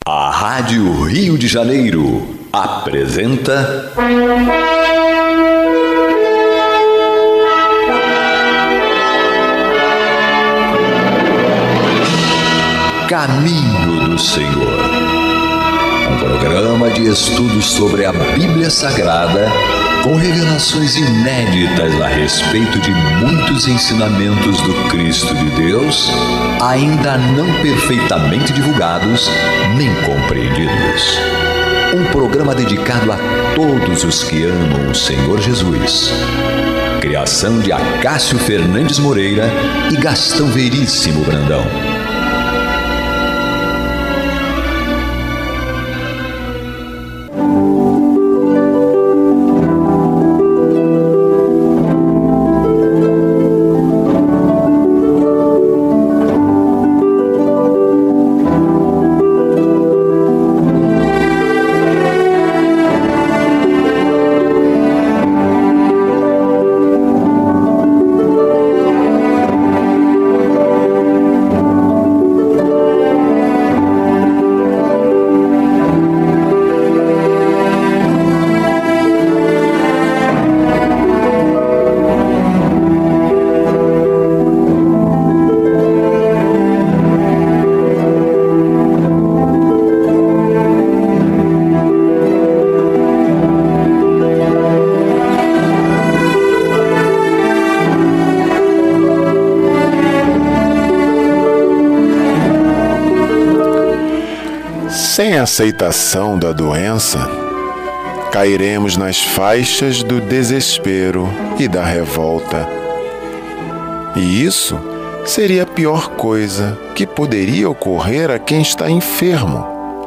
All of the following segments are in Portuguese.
A Rádio Rio de Janeiro apresenta Caminho do Senhor, um programa de estudos sobre a Bíblia Sagrada, com revelações inéditas a respeito de muitos ensinamentos do Cristo de Deus, ainda não perfeitamente divulgados nem compreendidos. Um programa dedicado a todos os que amam o Senhor Jesus. Criação de Acácio Fernandes Moreira e Gastão Veríssimo Brandão. Sem aceitação da doença, cairemos nas faixas do desespero e da revolta. E isso seria a pior coisa que poderia ocorrer a quem está enfermo.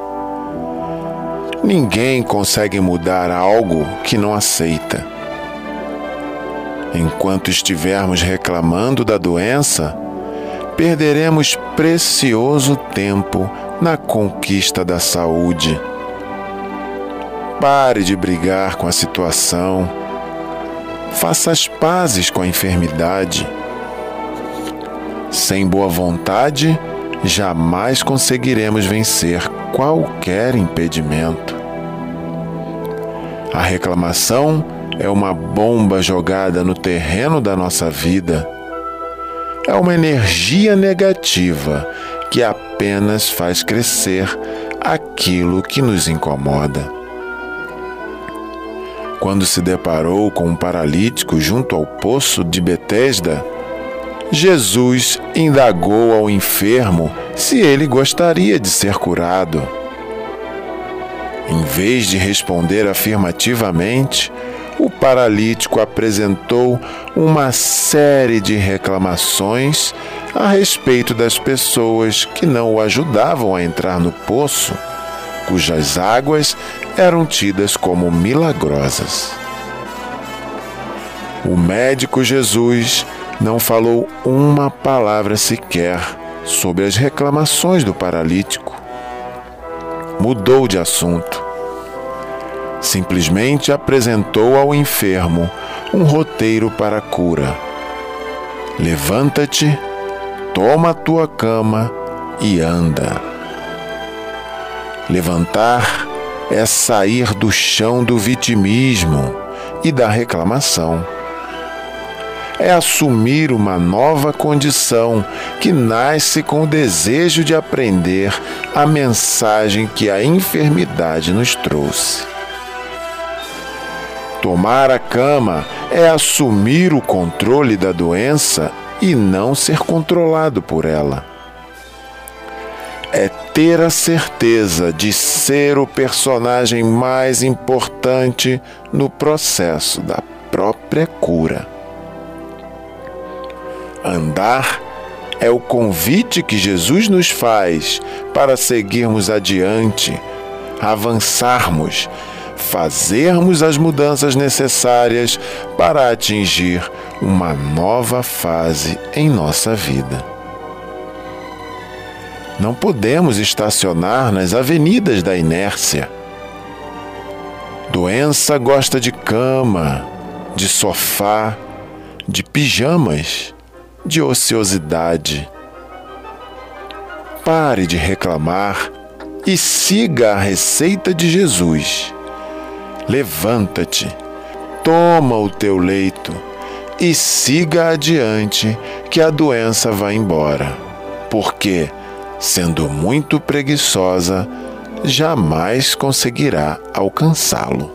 Ninguém consegue mudar algo que não aceita. Enquanto estivermos reclamando da doença, perderemos precioso tempo na conquista da saúde. Pare de brigar com a situação. Faça as pazes com a enfermidade. Sem boa vontade, jamais conseguiremos vencer qualquer impedimento. A reclamação é uma bomba jogada no terreno da nossa vida. É uma energia negativa que apenas faz crescer aquilo que nos incomoda. Quando se deparou com um paralítico junto ao poço de Betesda, Jesus indagou ao enfermo se ele gostaria de ser curado. Em vez de responder afirmativamente, o paralítico apresentou uma série de reclamações a respeito das pessoas que não o ajudavam a entrar no poço, cujas águas eram tidas como milagrosas. O médico Jesus não falou uma palavra sequer sobre as reclamações do paralítico. Mudou de assunto. Simplesmente apresentou ao enfermo um roteiro para a cura. Levanta-te, toma a tua cama e anda. Levantar é sair do chão do vitimismo e da reclamação. É assumir uma nova condição que nasce com o desejo de aprender a mensagem que a enfermidade nos trouxe. Tomar a cama é assumir o controle da doença e não ser controlado por ela. É ter a certeza de ser o personagem mais importante no processo da própria cura. Andar é o convite que Jesus nos faz para seguirmos adiante, avançarmos, fazermos as mudanças necessárias para atingir uma nova fase em nossa vida. Não podemos estacionar nas avenidas da inércia. Doença gosta de cama, de sofá, de pijamas, de ociosidade. Pare de reclamar e siga a receita de Jesus. Levanta-te, toma o teu leito e siga adiante, que a doença vai embora, porque, sendo muito preguiçosa, jamais conseguirá alcançá-lo.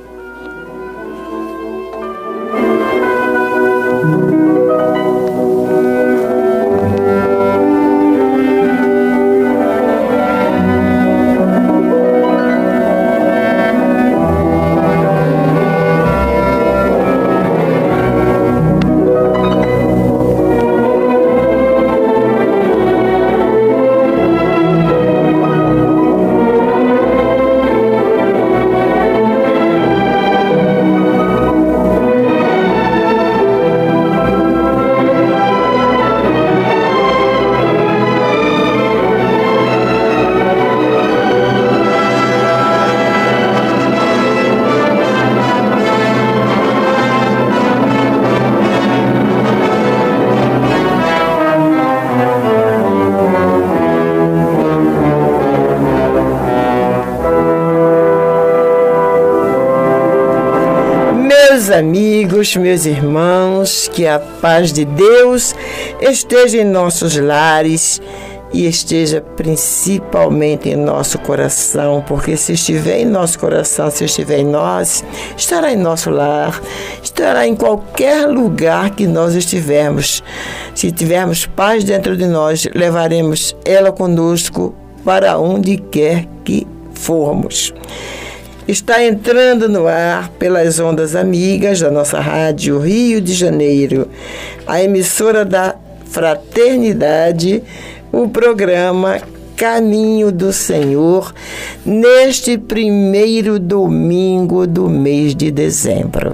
Meus amigos, meus irmãos, que a paz de Deus esteja em nossos lares e esteja principalmente em nosso coração, porque se estiver em nosso coração, se estiver em nós, estará em nosso lar, estará em qualquer lugar que nós estivermos. Se tivermos paz dentro de nós, levaremos ela conosco para onde quer que formos. Está entrando no ar pelas ondas amigas da nossa rádio Rio de Janeiro, a emissora da Fraternidade, o programa Caminho do Senhor, neste primeiro domingo do mês de dezembro.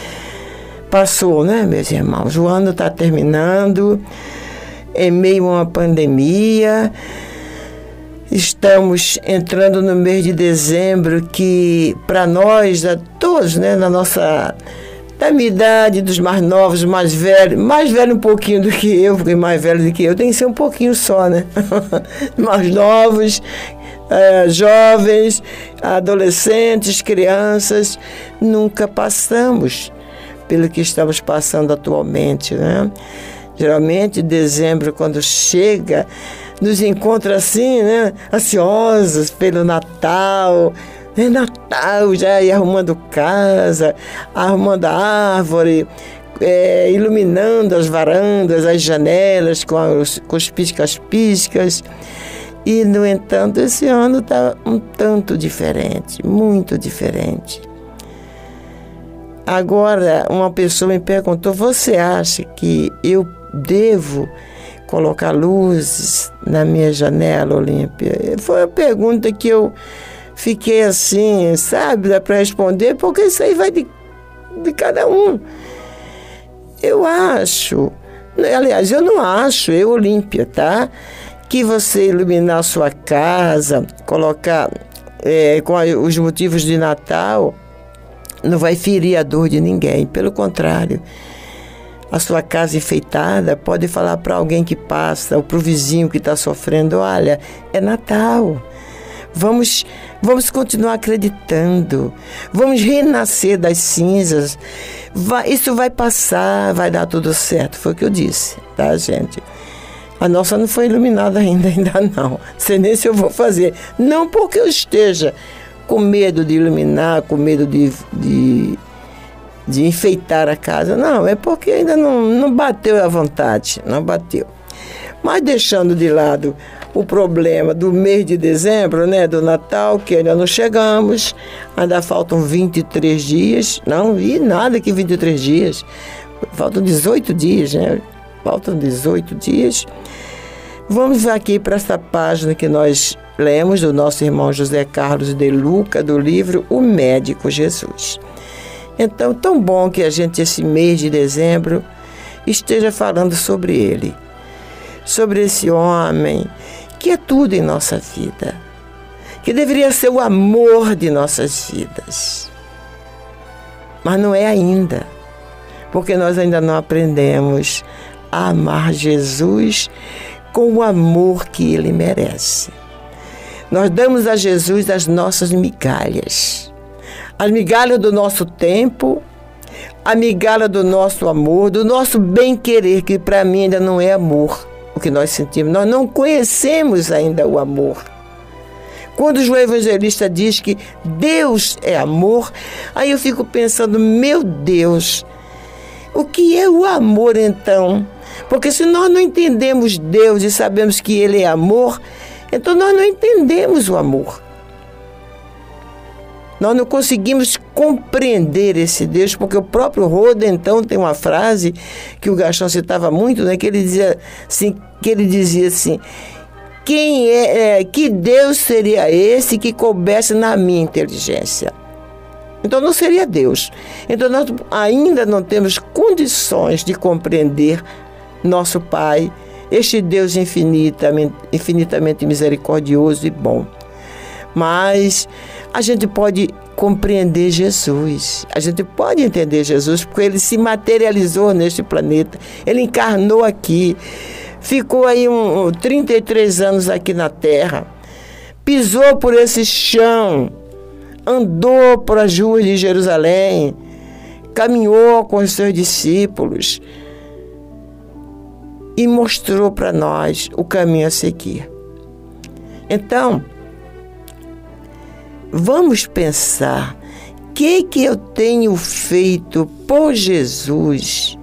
Passou, né, meus irmãos? O ano está terminando, em meio a uma pandemia. Estamos entrando no mês de dezembro, que para nós, a todos, né, da minha idade, dos mais novos, mais velho um pouquinho do que eu, porque mais velho do que eu tem que ser um pouquinho só, né? Mais novos, jovens, adolescentes, crianças, nunca passamos pelo que estamos passando atualmente, né? Geralmente, dezembro, quando chega, nos encontra assim, né, ansiosos pelo Natal. Natal, já ir arrumando casa, arrumando a árvore, iluminando as varandas, as janelas com os piscas-piscas. E, no entanto, esse ano está um tanto diferente, muito diferente. Agora, uma pessoa me perguntou: você acha que eu devo colocar luzes na minha janela, Olímpia? Foi a pergunta que eu fiquei assim, sabe, dá para responder, porque isso aí vai de cada um. Eu acho, aliás, eu não acho, Olímpia, tá? Que você iluminar a sua casa, colocar com os motivos de Natal, não vai ferir a dor de ninguém. Pelo contrário, a sua casa enfeitada pode falar para alguém que passa, ou para o vizinho que está sofrendo: olha, é Natal. Vamos continuar acreditando. Vamos renascer das cinzas. Isso vai passar, vai dar tudo certo. Foi o que eu disse, tá, gente? A nossa não foi iluminada ainda não. Sei nem se eu vou fazer. Não porque eu esteja com medo de iluminar, com medo de enfeitar a casa. Não, é porque ainda não bateu a vontade, não bateu. Mas deixando de lado o problema do mês de dezembro, né, do Natal, que ainda não chegamos, ainda faltam 23 dias, não vi nada que 23 dias, faltam 18 dias, né, faltam 18 dias. Vamos aqui para essa página que nós lemos do nosso irmão José Carlos de Luca, do livro O Médico Jesus. Então, tão bom que a gente, esse mês de dezembro, esteja falando sobre ele, sobre esse homem que é tudo em nossa vida, que deveria ser o amor de nossas vidas. Mas não é ainda, porque nós ainda não aprendemos a amar Jesus com o amor que ele merece. Nós damos a Jesus as nossas migalhas. As migalhas do nosso tempo, a migalha do nosso amor, do nosso bem-querer, que para mim ainda não é amor, o que nós sentimos. Nós não conhecemos ainda o amor. Quando o João Evangelista diz que Deus é amor, aí eu fico pensando, meu Deus, o que é o amor então? Porque se nós não entendemos Deus e sabemos que Ele é amor, então nós não entendemos o amor. Nós não conseguimos compreender esse Deus, porque o próprio Roda, então, tem uma frase que o Gastão citava muito, né, que ele dizia assim, que Deus seria esse que coubesse na minha inteligência? Então não seria Deus. Então nós ainda não temos condições de compreender nosso Pai, este Deus infinitamente misericordioso e bom. Mas a gente pode compreender Jesus. A gente pode entender Jesus porque Ele se materializou neste planeta. Ele encarnou aqui. Ficou aí 33 anos aqui na Terra. Pisou por esse chão. Andou por as ruas de Jerusalém. Caminhou com os seus discípulos. E mostrou para nós o caminho a seguir. Então, vamos pensar, o que eu tenho feito por Jesus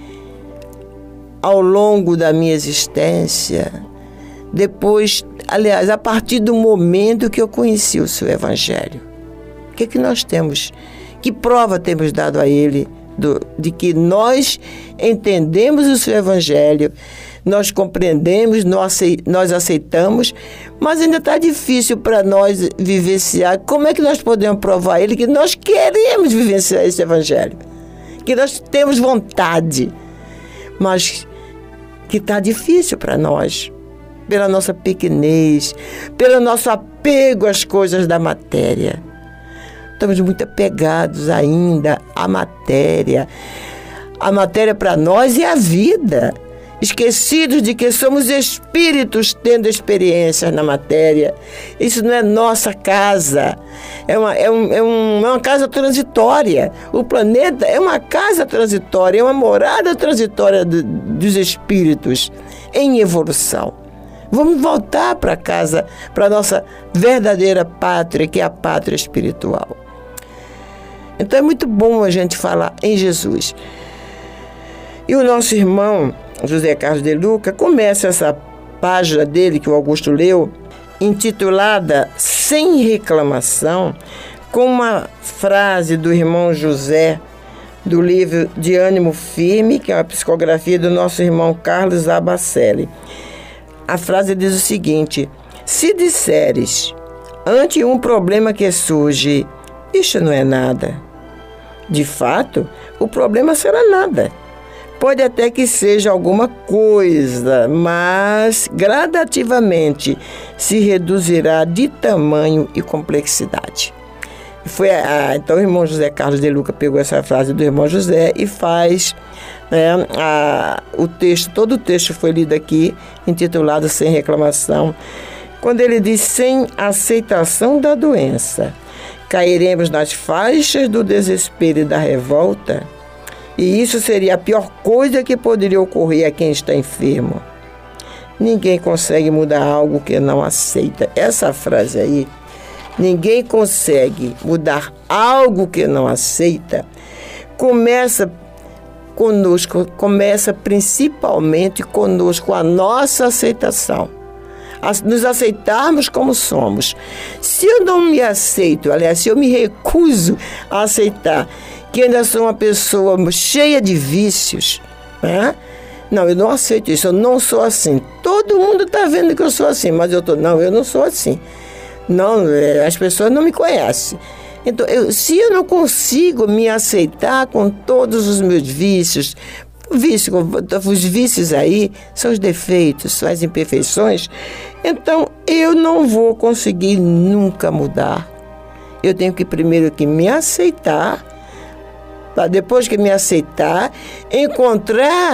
ao longo da minha existência, depois, aliás, a partir do momento que eu conheci o seu Evangelho. O que nós temos? Que prova temos dado a Ele de que nós entendemos o seu Evangelho, nós compreendemos, nós aceitamos, mas ainda está difícil para nós vivenciar. Como é que nós podemos provar a Ele que nós queremos vivenciar esse Evangelho? Que nós temos vontade, mas que está difícil para nós, pela nossa pequenez, pelo nosso apego às coisas da matéria. Estamos muito apegados ainda à matéria. A matéria para nós é a vida. Esquecidos de que somos espíritos tendo experiências na matéria. Isso não é nossa casa. É uma casa transitória. O planeta é uma casa transitória, é uma morada transitória dos espíritos em evolução. Vamos voltar para casa, para a nossa verdadeira pátria, que é a pátria espiritual. Então é muito bom a gente falar em Jesus. E o nosso irmão José Carlos de Luca começa essa página dele, que o Augusto leu, intitulada Sem Reclamação, com uma frase do irmão José, do livro De Ânimo Firme, que é uma psicografia do nosso irmão Carlos Abacelli. A frase diz o seguinte: se disseres, ante um problema que surge, isto não é nada, de fato, o problema será nada. Pode até que seja alguma coisa, mas gradativamente se reduzirá de tamanho e complexidade. Então o irmão José Carlos de Luca pegou essa frase do irmão José e faz o texto, todo o texto foi lido aqui, intitulado Sem Reclamação, quando ele diz: sem aceitação da doença, cairemos nas faixas do desespero e da revolta, e isso seria a pior coisa que poderia ocorrer a quem está enfermo. Ninguém consegue mudar algo que não aceita. Essa frase aí, ninguém consegue mudar algo que não aceita, começa conosco, começa principalmente conosco, a nossa aceitação. Nos aceitarmos como somos. Se eu não me aceito, aliás, se eu me recuso a aceitar que ainda sou uma pessoa cheia de vícios, né? Não, eu não aceito isso, eu não sou assim. Todo mundo está vendo que eu sou assim, mas eu não sou assim. Não, as pessoas não me conhecem. Então, se eu não consigo me aceitar com todos os meus vícios, os vícios aí são os defeitos, são as imperfeições, então eu não vou conseguir nunca mudar. Eu tenho que primeiro que me aceitar, para depois que me aceitar, encontrar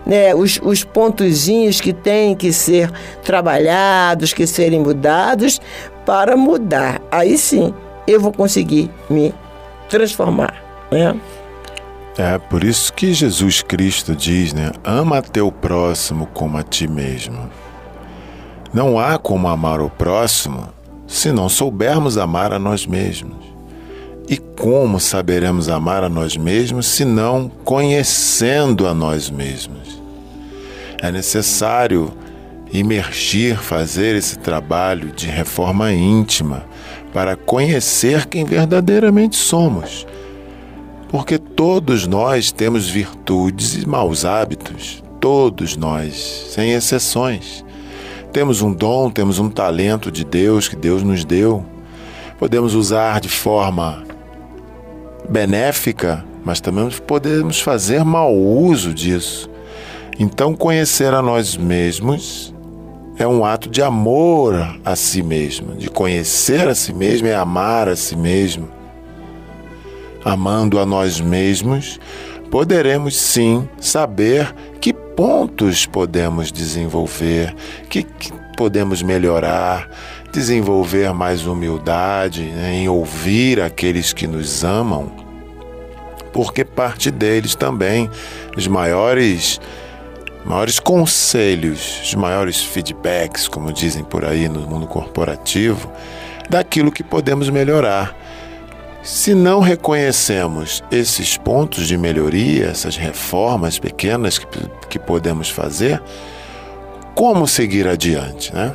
né, os pontozinhos que têm que ser trabalhados, que serem mudados, para mudar. Aí sim, eu vou conseguir me transformar, né? É por isso que Jesus Cristo diz, né? Ama teu próximo como a ti mesmo. Não há como amar o próximo se não soubermos amar a nós mesmos. E como saberemos amar a nós mesmos se não conhecendo a nós mesmos? É necessário imergir, fazer esse trabalho de reforma íntima para conhecer quem verdadeiramente somos. Porque todos nós temos virtudes e maus hábitos, todos nós, sem exceções. Temos um dom, temos um talento de Deus que Deus nos deu. Podemos usar de forma benéfica, mas também podemos fazer mau uso disso. Então, conhecer a nós mesmos é um ato de amor a si mesmo. De conhecer a si mesmo é amar a si mesmo. Amando a nós mesmos, poderemos sim saber que pontos podemos desenvolver, que podemos melhorar, desenvolver mais humildade, né, em ouvir aqueles que nos amam, porque parte deles também, os maiores conselhos, os maiores feedbacks, como dizem por aí no mundo corporativo, daquilo que podemos melhorar. Se não reconhecemos esses pontos de melhoria, essas reformas pequenas que podemos fazer, como seguir adiante, né?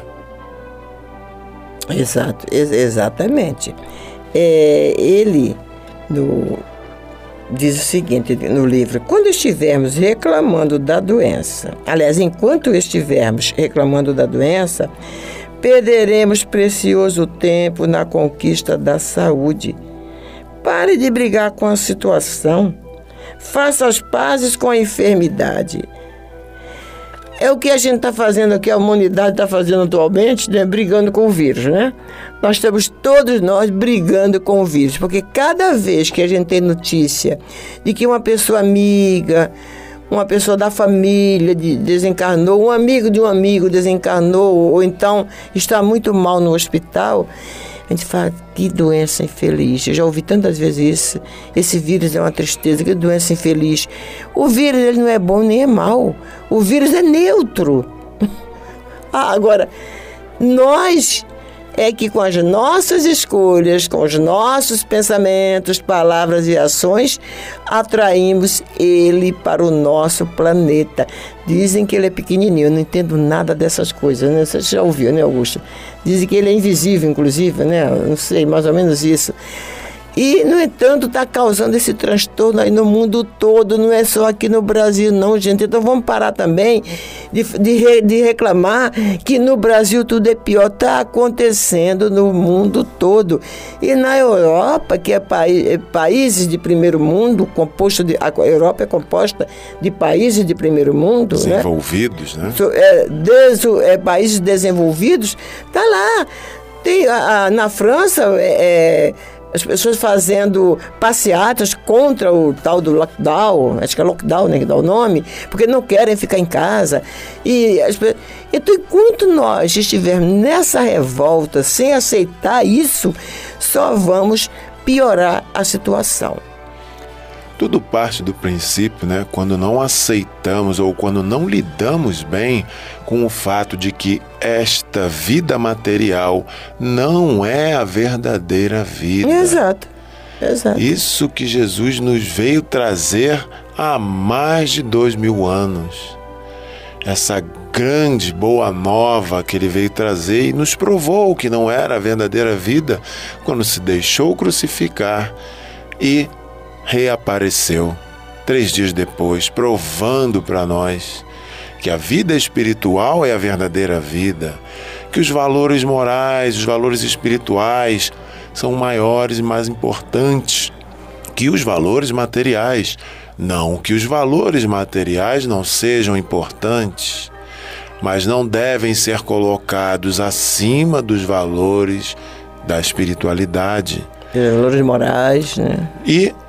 Exato, exatamente. Ele diz o seguinte no livro: quando estivermos reclamando da doença, aliás, enquanto estivermos reclamando da doença, perderemos precioso tempo na conquista da saúde. Pare de brigar com a situação. Faça as pazes com a enfermidade. É o que a gente está fazendo aqui, a humanidade está fazendo atualmente, né? Brigando com o vírus, né? Nós estamos todos nós brigando com o vírus, porque cada vez que a gente tem notícia de que uma pessoa amiga, uma pessoa da família desencarnou, um amigo de um amigo desencarnou, ou então está muito mal no hospital, a gente fala, que doença infeliz. Eu já ouvi tantas vezes isso. Esse vírus é uma tristeza, que doença infeliz. O vírus, ele não é bom nem é mau. O vírus é neutro. Agora, nós é que com as nossas escolhas, com os nossos pensamentos, palavras e ações, atraímos ele para o nosso planeta. Dizem que ele é pequenininho, eu não entendo nada dessas coisas, né? Você já ouviu, né, Augusto? Dizem que ele é invisível, inclusive, né? Não sei, mais ou menos isso. E, no entanto, está causando esse transtorno aí no mundo todo, não é só aqui no Brasil, não, gente. Então, vamos parar também de reclamar que no Brasil tudo é pior. Está acontecendo no mundo todo. E na Europa, que é países de primeiro mundo, a Europa é composta de países de primeiro mundo, desenvolvidos, né? Países desenvolvidos, está lá. Tem, na França, as pessoas fazendo passeatas contra o tal do lockdown, acho que é lockdown, né, que dá o nome, porque não querem ficar em casa. Então, enquanto nós estivermos nessa revolta, sem aceitar isso, só vamos piorar a situação. Tudo parte do princípio, né? Quando não aceitamos ou quando não lidamos bem com o fato de que esta vida material não é a verdadeira vida. Exato. Isso que Jesus nos veio trazer há mais de 2000 anos. Essa grande boa nova que ele veio trazer e nos provou que não era a verdadeira vida quando se deixou crucificar e reapareceu 3 dias depois, provando para nós que a vida espiritual é a verdadeira vida, que os valores morais, os valores espirituais são maiores e mais importantes que os valores materiais. Não que os valores materiais não sejam importantes, mas não devem ser colocados acima dos valores da espiritualidade. Valores morais, né? E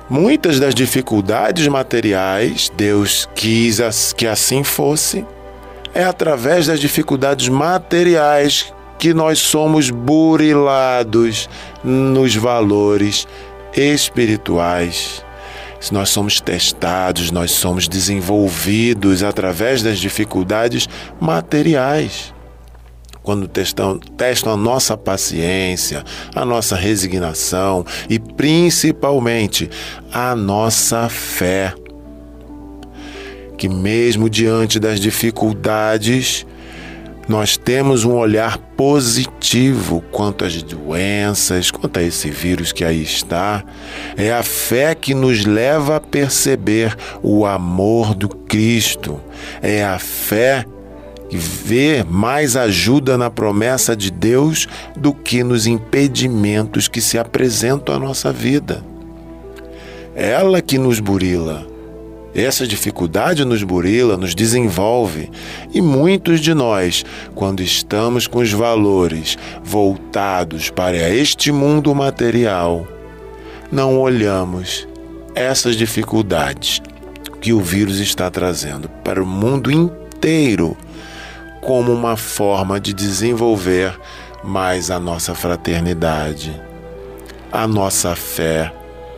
Muitas das dificuldades materiais, Deus quis que assim fosse. É através das dificuldades materiais que nós somos burilados nos valores espirituais. Nós somos testados, nós somos desenvolvidos através das dificuldades materiais. Quando testam a nossa paciência, a nossa resignação e principalmente a nossa fé. Que mesmo diante das dificuldades, nós temos um olhar positivo quanto às doenças, quanto a esse vírus que aí está. É a fé que nos leva a perceber o amor do Cristo. É a fé que vê mais ajuda na promessa de Deus do que nos impedimentos que se apresentam à nossa vida. É ela que nos burila. Essa dificuldade nos burila, nos desenvolve. E muitos de nós, quando estamos com os valores voltados para este mundo material, não olhamos essas dificuldades que o vírus está trazendo para o mundo inteiro como uma forma de desenvolver mais a nossa fraternidade, a nossa fé,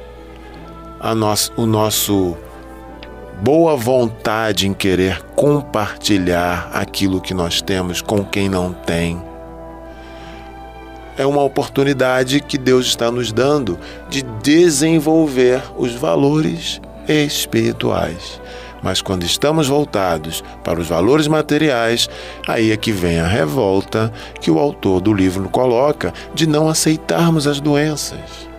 o nosso boa vontade em querer compartilhar aquilo que nós temos com quem não tem. É uma oportunidade que Deus está nos dando de desenvolver os valores espirituais. Mas quando estamos voltados para os valores materiais, aí é que vem a revolta que o autor do livro coloca de não aceitarmos as doenças.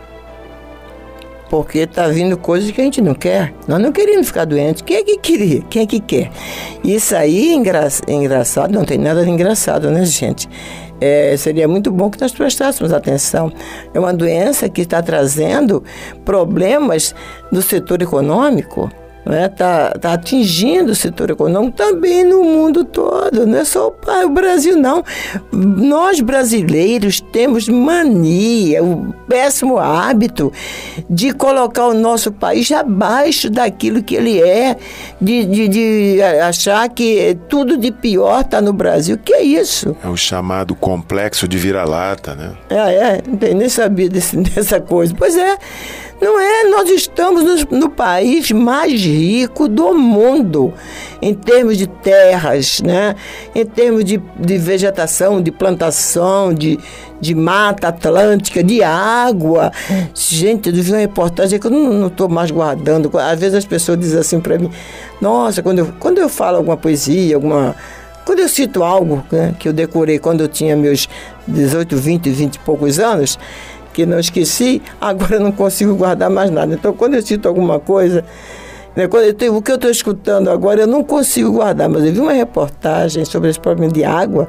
Porque está vindo coisas que a gente não quer. Nós não queríamos ficar doentes. Quem é que queria? Quem é que quer? Isso aí é engraçado, não tem nada de engraçado, né, gente? Seria muito bom que nós prestássemos atenção. É uma doença que está trazendo problemas no setor econômico. Está atingindo o setor econômico também no mundo todo, não é só o Brasil, não. Nós brasileiros temos mania, o péssimo hábito de colocar o nosso país abaixo daquilo que ele é, de achar que tudo de pior está no Brasil. Que é isso? É o chamado complexo de vira-lata, né? Nem sabia dessa coisa. Pois é. Não é, nós estamos no país mais rico do mundo, em termos de terras, né? Em termos de vegetação, de plantação, de mata atlântica, de água. Gente, eu vi uma reportagem que eu não estou mais guardando. Às vezes as pessoas dizem assim para mim, nossa, quando eu falo alguma poesia, quando eu cito algo, né, que eu decorei quando eu tinha meus 18, 20 e poucos anos, que não esqueci, agora eu não consigo guardar mais nada. Então, quando eu cito alguma coisa, né, o que eu estou escutando agora, eu não consigo guardar, mas eu vi uma reportagem sobre esse problema de água.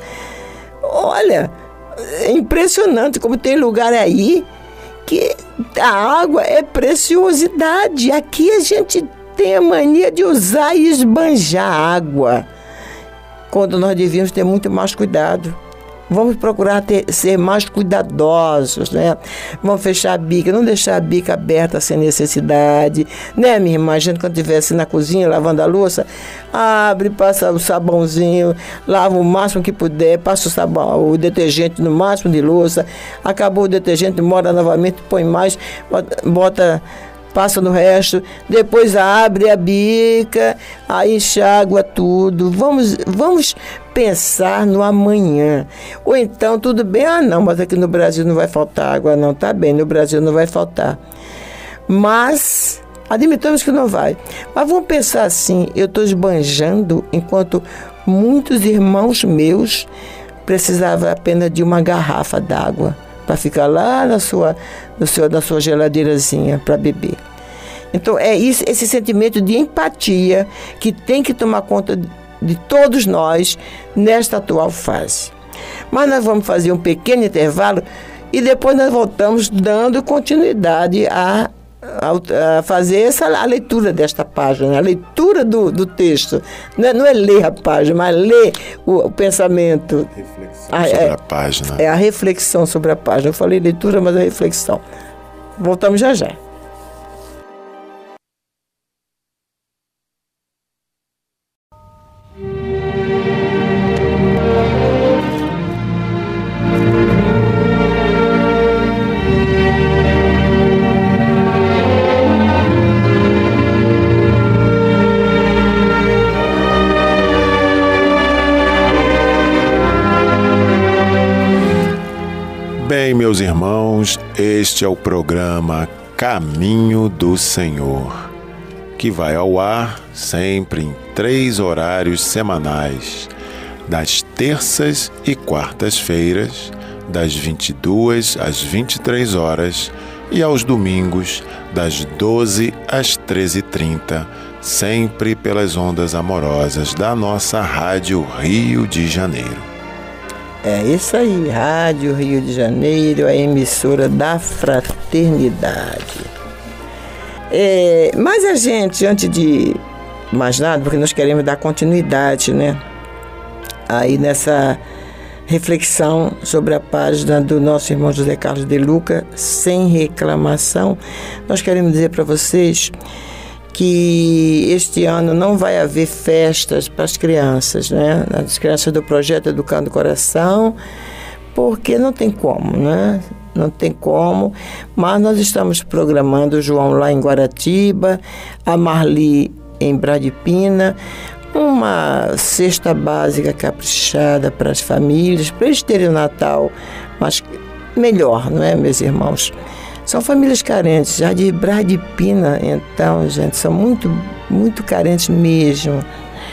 Olha, é impressionante como tem lugar aí que a água é preciosidade. Aqui a gente tem a mania de usar e esbanjar água, quando nós devíamos ter muito mais cuidado. Vamos procurar ser mais cuidadosos, né? Vamos fechar a bica, não deixar a bica aberta sem necessidade, né, minha irmã? A gente, quando estivesse na cozinha lavando a louça, abre, passa o sabãozinho, lava o máximo que puder, passa o detergente no máximo de louça, acabou o detergente, mora novamente, põe mais, passa no resto, depois abre a bica, aí enxágua tudo. Vamos pensar no amanhã. Ou então, tudo bem, não, mas aqui no Brasil não vai faltar água, não, tá bem, no Brasil não vai faltar. Mas, admitamos que não vai. Mas vamos pensar assim, eu estou esbanjando, enquanto muitos irmãos meus precisavam apenas de uma garrafa d'água para ficar lá na sua geladeirazinha para beber. Então, é esse sentimento de empatia que tem que tomar conta de todos nós nesta atual fase. Mas nós vamos fazer um pequeno intervalo e depois nós voltamos dando continuidade a fazer a leitura desta página, a leitura do texto. Não é ler a página, mas ler o pensamento. Reflexão sobre a página. É a reflexão sobre a página. Eu falei leitura, mas é reflexão. Voltamos já já. Bem, meus irmãos, este é o programa Caminho do Senhor, que vai ao ar sempre em 3 horários semanais, das terças e quartas-feiras, das 22 às 23 horas e aos domingos, das 12 às 13h30, sempre pelas ondas amorosas da nossa Rádio Rio de Janeiro. É isso aí, Rádio Rio de Janeiro, a emissora da fraternidade. Mas a gente, antes de mais nada, porque nós queremos dar continuidade, né? Aí nessa reflexão sobre a página do nosso irmão José Carlos de Luca, Sem Reclamação, nós queremos dizer para vocês que este ano não vai haver festas para as crianças, né? As crianças do projeto Educando o Coração, porque não tem como, né? Não tem como, mas nós estamos programando o João lá em Guaratiba, a Marli em Bradipina, uma cesta básica caprichada para as famílias, para eles terem o Natal, mas melhor, não é, meus irmãos? São famílias carentes, já de Bradipina, então, gente, são muito, muito carentes mesmo.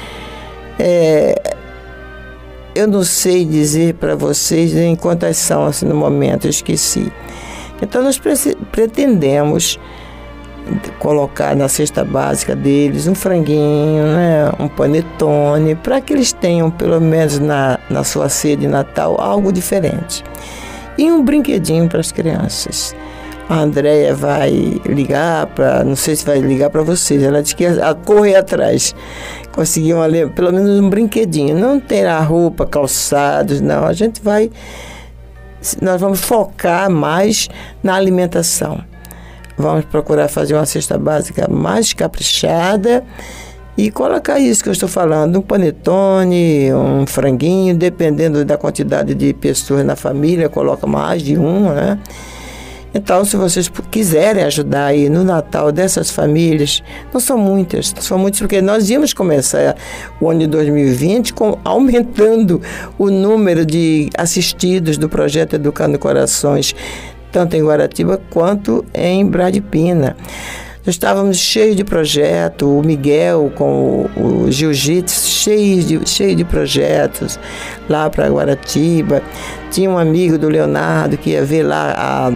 Eu não sei dizer para vocês em quantas são, assim, no momento, eu esqueci. Então, nós pretendemos colocar na cesta básica deles um franguinho, né, um panetone, para que eles tenham, pelo menos na sua ceia de Natal, algo diferente. E um brinquedinho para as crianças. A Andréia vai ligar para, não sei se vai ligar para vocês, ela disse que ia correr atrás. Conseguiu pelo menos um brinquedinho. Não terá roupa, calçados, não. Nós vamos focar mais na alimentação. Vamos procurar fazer uma cesta básica mais caprichada e colocar isso que eu estou falando, um panetone, um franguinho, dependendo da quantidade de pessoas na família, coloca mais de um, né? Então, se vocês quiserem ajudar aí no Natal dessas famílias, não são muitas porque nós íamos começar o ano de 2020 aumentando o número de assistidos do projeto Educando Corações, tanto em Guaratiba quanto em Bradipina. Já estávamos cheios de projeto, o Miguel com o Jiu-Jitsu, cheio de projetos lá para Guaratiba. Tinha um amigo do Leonardo que ia ver lá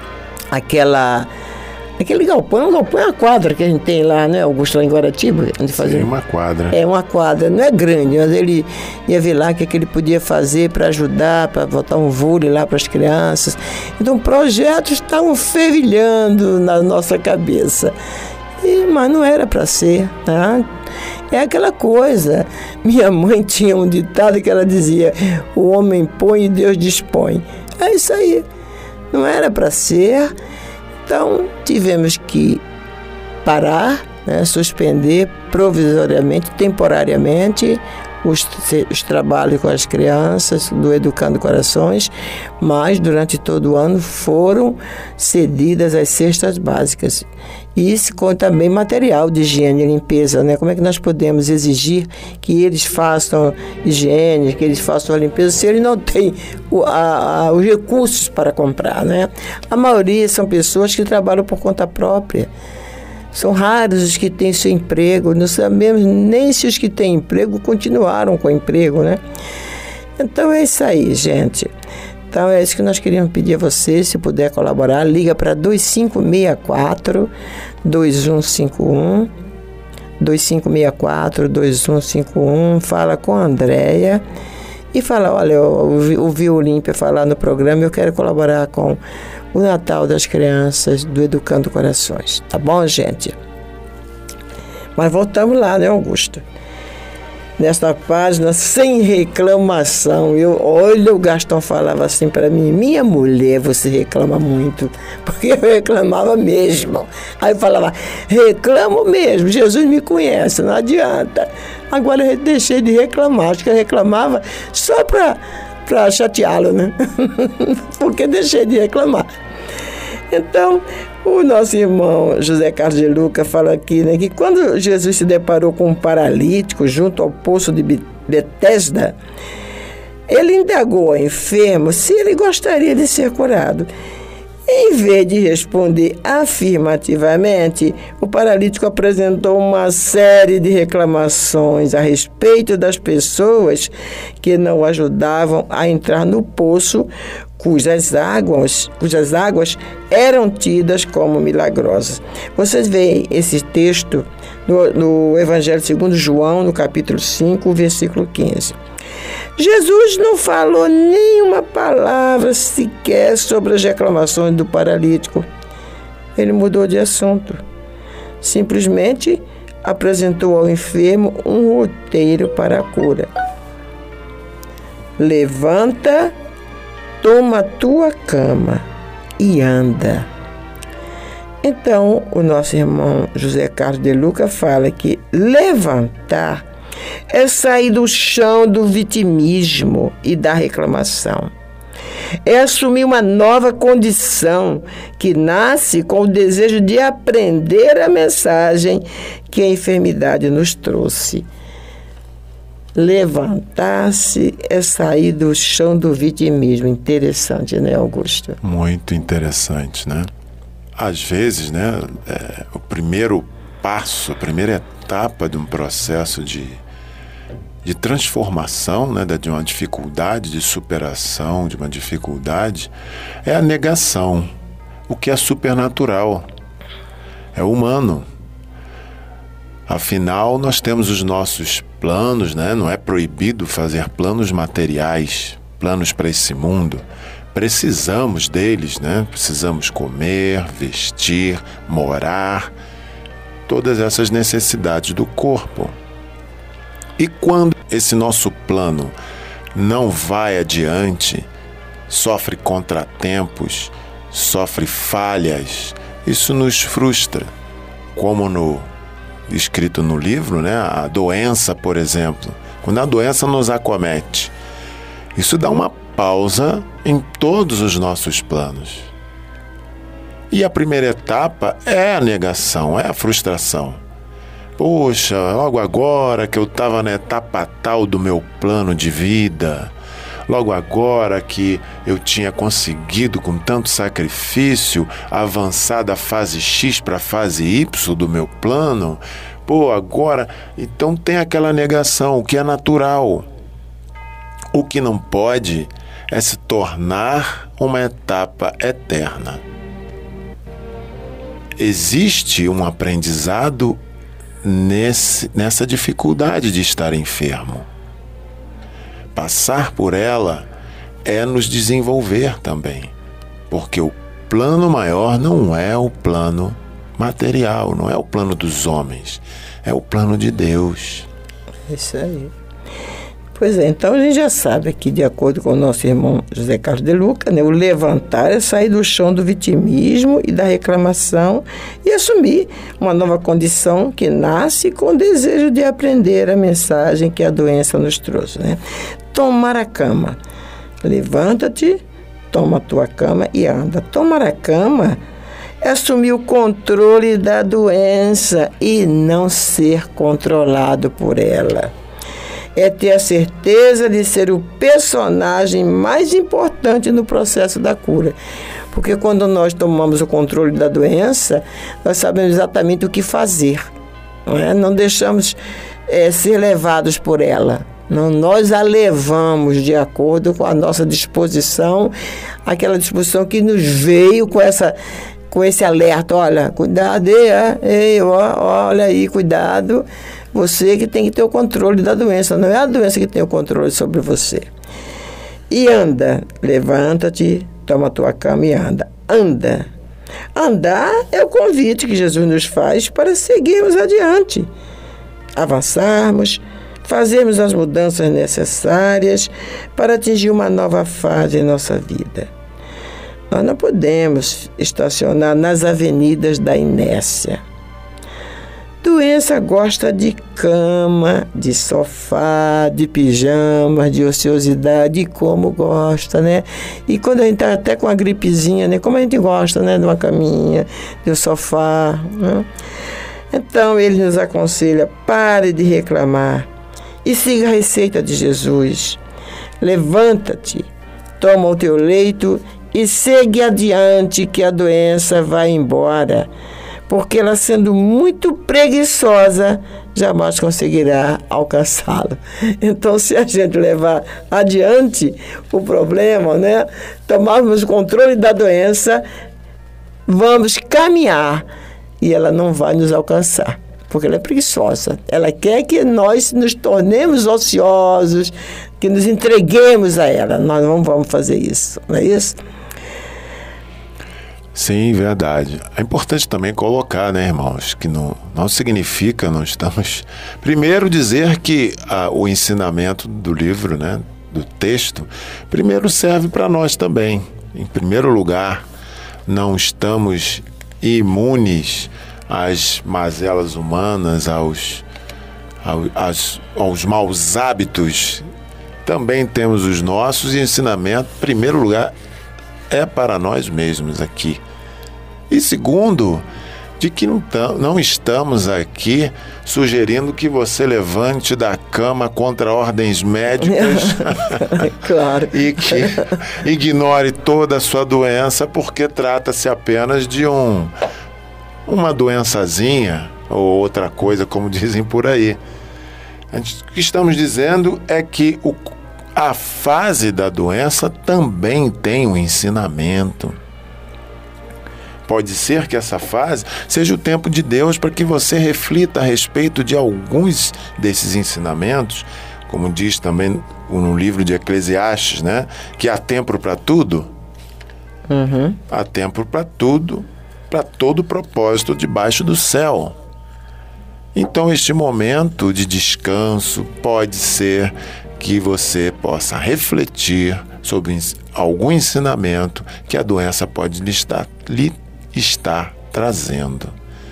aquele galpão, é uma quadra que a gente tem lá, né, Augusto, lá em Guaratiba? Onde Sim, uma quadra. É uma quadra, não é grande, mas ele ia ver lá o que ele podia fazer para ajudar, para botar um vôlei lá para as crianças. Então, projetos estavam fervilhando na nossa cabeça. Mas não era para ser, né? É aquela coisa. Minha mãe tinha um ditado que ela dizia: o homem põe e Deus dispõe. É isso aí. Não era para ser, então tivemos que parar, né, suspender provisoriamente, temporariamente, os trabalhos com as crianças do Educando Corações, mas durante todo o ano foram cedidas as cestas básicas. E isso com também material de higiene e limpeza, né? Como é que nós podemos exigir que eles façam higiene, que eles façam a limpeza, se eles não têm os recursos para comprar, né? A maioria são pessoas que trabalham por conta própria. São raros os que têm seu emprego, não sabemos nem se os que têm emprego continuaram com o emprego, né? Então é isso aí, gente. Então é isso que nós queríamos pedir a você, se puder colaborar, liga para 2564-2151, 2564-2151, fala com a Andréia e fala: olha, eu ouvi o Olímpia falar no programa, eu quero colaborar com o Natal das crianças do Educando Corações. Tá bom, gente? Mas voltamos lá, né, Augusto? Nesta página, Sem Reclamação. Olha, o Gastão falava assim para mim: minha mulher, você reclama muito. Porque eu reclamava mesmo. Aí eu falava: reclamo mesmo, Jesus me conhece, não adianta. Agora eu deixei de reclamar. Acho que eu reclamava só para chateá-lo, né? Porque deixei de reclamar. Então, o nosso irmão José Carlos de Luca fala aqui, né, que quando Jesus se deparou com um paralítico junto ao poço de Betesda, Ele indagou ao enfermo se ele gostaria de ser curado. Em vez de responder afirmativamente, o paralítico apresentou uma série de reclamações a respeito das pessoas que não o ajudavam a entrar no poço, cujas águas eram tidas como milagrosas. Vocês veem esse texto no Evangelho segundo João, no capítulo 5, versículo 15. Jesus não falou nenhuma palavra sequer sobre as reclamações do paralítico. Ele mudou de assunto. Simplesmente apresentou ao enfermo um roteiro para a cura. Levanta, toma tua cama e anda. Então, o nosso irmão José Carlos de Luca fala que levantar é sair do chão do vitimismo e da reclamação. É assumir uma nova condição que nasce com o desejo de aprender a mensagem que a enfermidade nos trouxe. Levantar-se é sair do chão do vitimismo. Interessante, né, Augusto? Muito interessante, né? Às vezes, né, o primeiro passo, a primeira etapa de um processo de transformação, né, de uma dificuldade, de superação, de uma dificuldade, é a negação, o que é supernatural, é humano. Afinal, nós temos os nossos planos, né? Não é proibido fazer planos materiais, planos para esse mundo. Precisamos deles, né? Precisamos comer, vestir, morar, todas essas necessidades do corpo. E quando esse nosso plano não vai adiante, sofre contratempos, sofre falhas, isso nos frustra. Como escrito no livro, né? A doença, por exemplo. Quando a doença nos acomete, isso dá uma pausa em todos os nossos planos. E a primeira etapa é a negação, é a frustração. Poxa, logo agora que eu estava na etapa tal do meu plano de vida, logo agora que eu tinha conseguido com tanto sacrifício avançar da fase X para a fase Y do meu plano, agora... Então tem aquela negação, o que é natural. O que não pode é se tornar uma etapa eterna. Existe um aprendizado nessa dificuldade de estar enfermo. Passar por ela é nos desenvolver também, porque o plano maior não é o plano material, não é o plano dos homens, é o plano de Deus. Isso aí. Pois é, então a gente já sabe aqui, de acordo com o nosso irmão José Carlos de Luca, né, o levantar é sair do chão do vitimismo e da reclamação e assumir uma nova condição que nasce com o desejo de aprender a mensagem que a doença nos trouxe, né? Tomar a cama. Levanta-te, toma a tua cama e anda. Tomar a cama é assumir o controle da doença e não ser controlado por ela. É ter a certeza de ser o personagem mais importante no processo da cura. Porque quando nós tomamos o controle da doença, nós sabemos exatamente o que fazer. Não deixamos ser levados por ela. Não, nós a levamos de acordo com a nossa disposição, aquela disposição que nos veio com esse alerta. Olha, cuidado, olha aí, cuidado. Você que tem que ter o controle da doença, não é a doença que tem o controle sobre você. E anda, levanta-te, toma a tua cama e anda. Anda. Andar é o convite que Jesus nos faz para seguirmos adiante, avançarmos, fazermos as mudanças necessárias para atingir uma nova fase em nossa vida. Nós não podemos estacionar nas avenidas da inércia. Doença gosta de cama, de sofá, de pijama, de ociosidade, como gosta, né? E quando a gente está até com uma gripezinha, né? Como a gente gosta, né? De uma caminha, de um sofá, né? Então, ele nos aconselha, pare de reclamar e siga a receita de Jesus. Levanta-te, toma o teu leito e segue adiante, que a doença vai embora, porque ela, sendo muito preguiçosa, jamais conseguirá alcançá-lo. Então, se a gente levar adiante o problema, né, tomarmos o controle da doença, vamos caminhar e ela não vai nos alcançar, porque ela é preguiçosa. Ela quer que nós nos tornemos ociosos, que nos entreguemos a ela. Nós não vamos fazer isso, não é isso? Sim, verdade. É importante também colocar, né, irmãos, que não significa, não estamos... Primeiro dizer que o ensinamento do livro, né, do texto, primeiro serve para nós também. Em primeiro lugar, não estamos imunes às mazelas humanas, aos maus hábitos. Também temos os nossos, e o ensinamento, em primeiro lugar, é para nós mesmos aqui. E segundo, de que não estamos aqui sugerindo que você levante da cama contra ordens médicas Claro. e que ignore toda a sua doença, porque trata-se apenas de uma doençazinha ou outra coisa, como dizem por aí. O que estamos dizendo é que a fase da doença também tem um ensinamento. Pode ser que essa fase seja o tempo de Deus para que você reflita a respeito de alguns desses ensinamentos, como diz também no livro de Eclesiastes, né? Que há tempo para tudo. Uhum. Há tempo para tudo, para todo propósito debaixo do céu. Então, este momento de descanso pode ser que você possa refletir sobre algum ensinamento que a doença pode lhe estar trazendo.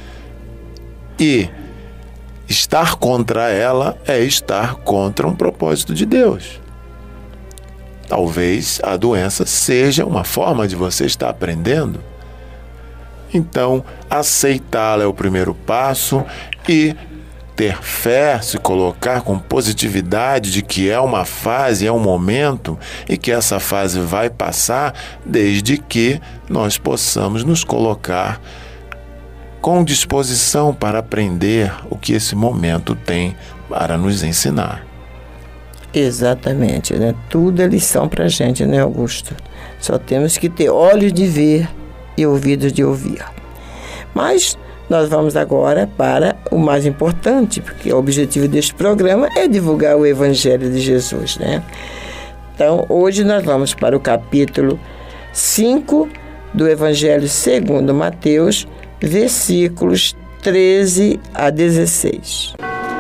E estar contra ela é estar contra um propósito de Deus. Talvez a doença seja uma forma de você estar aprendendo. Então, aceitá-la é o primeiro passo, e ter fé, se colocar com positividade de que é uma fase, é um momento, e que essa fase vai passar, desde que nós possamos nos colocar com disposição para aprender o que esse momento tem para nos ensinar. Exatamente, né? Tudo é lição para a gente, né, Augusto? Só temos que ter olhos de ver e ouvidos de ouvir. Mas nós vamos agora para o mais importante, porque o objetivo deste programa é divulgar o Evangelho de Jesus, né? Então, hoje nós vamos para o capítulo 5 do Evangelho segundo Mateus, versículos 13 a 16.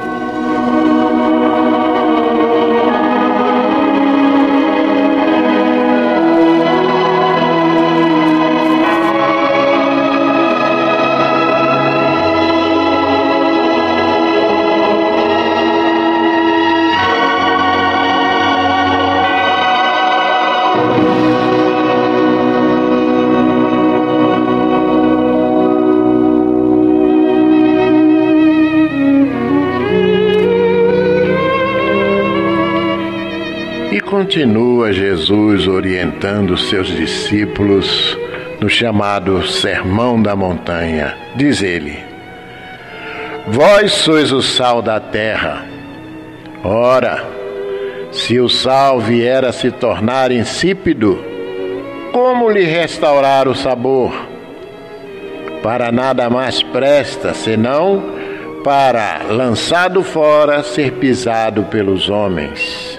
Continua Jesus orientando seus discípulos no chamado Sermão da Montanha. Diz ele: Vós sois o sal da terra. Ora, se o sal vier a se tornar insípido, como lhe restaurar o sabor? Para nada mais presta, senão para, lançado fora, ser pisado pelos homens.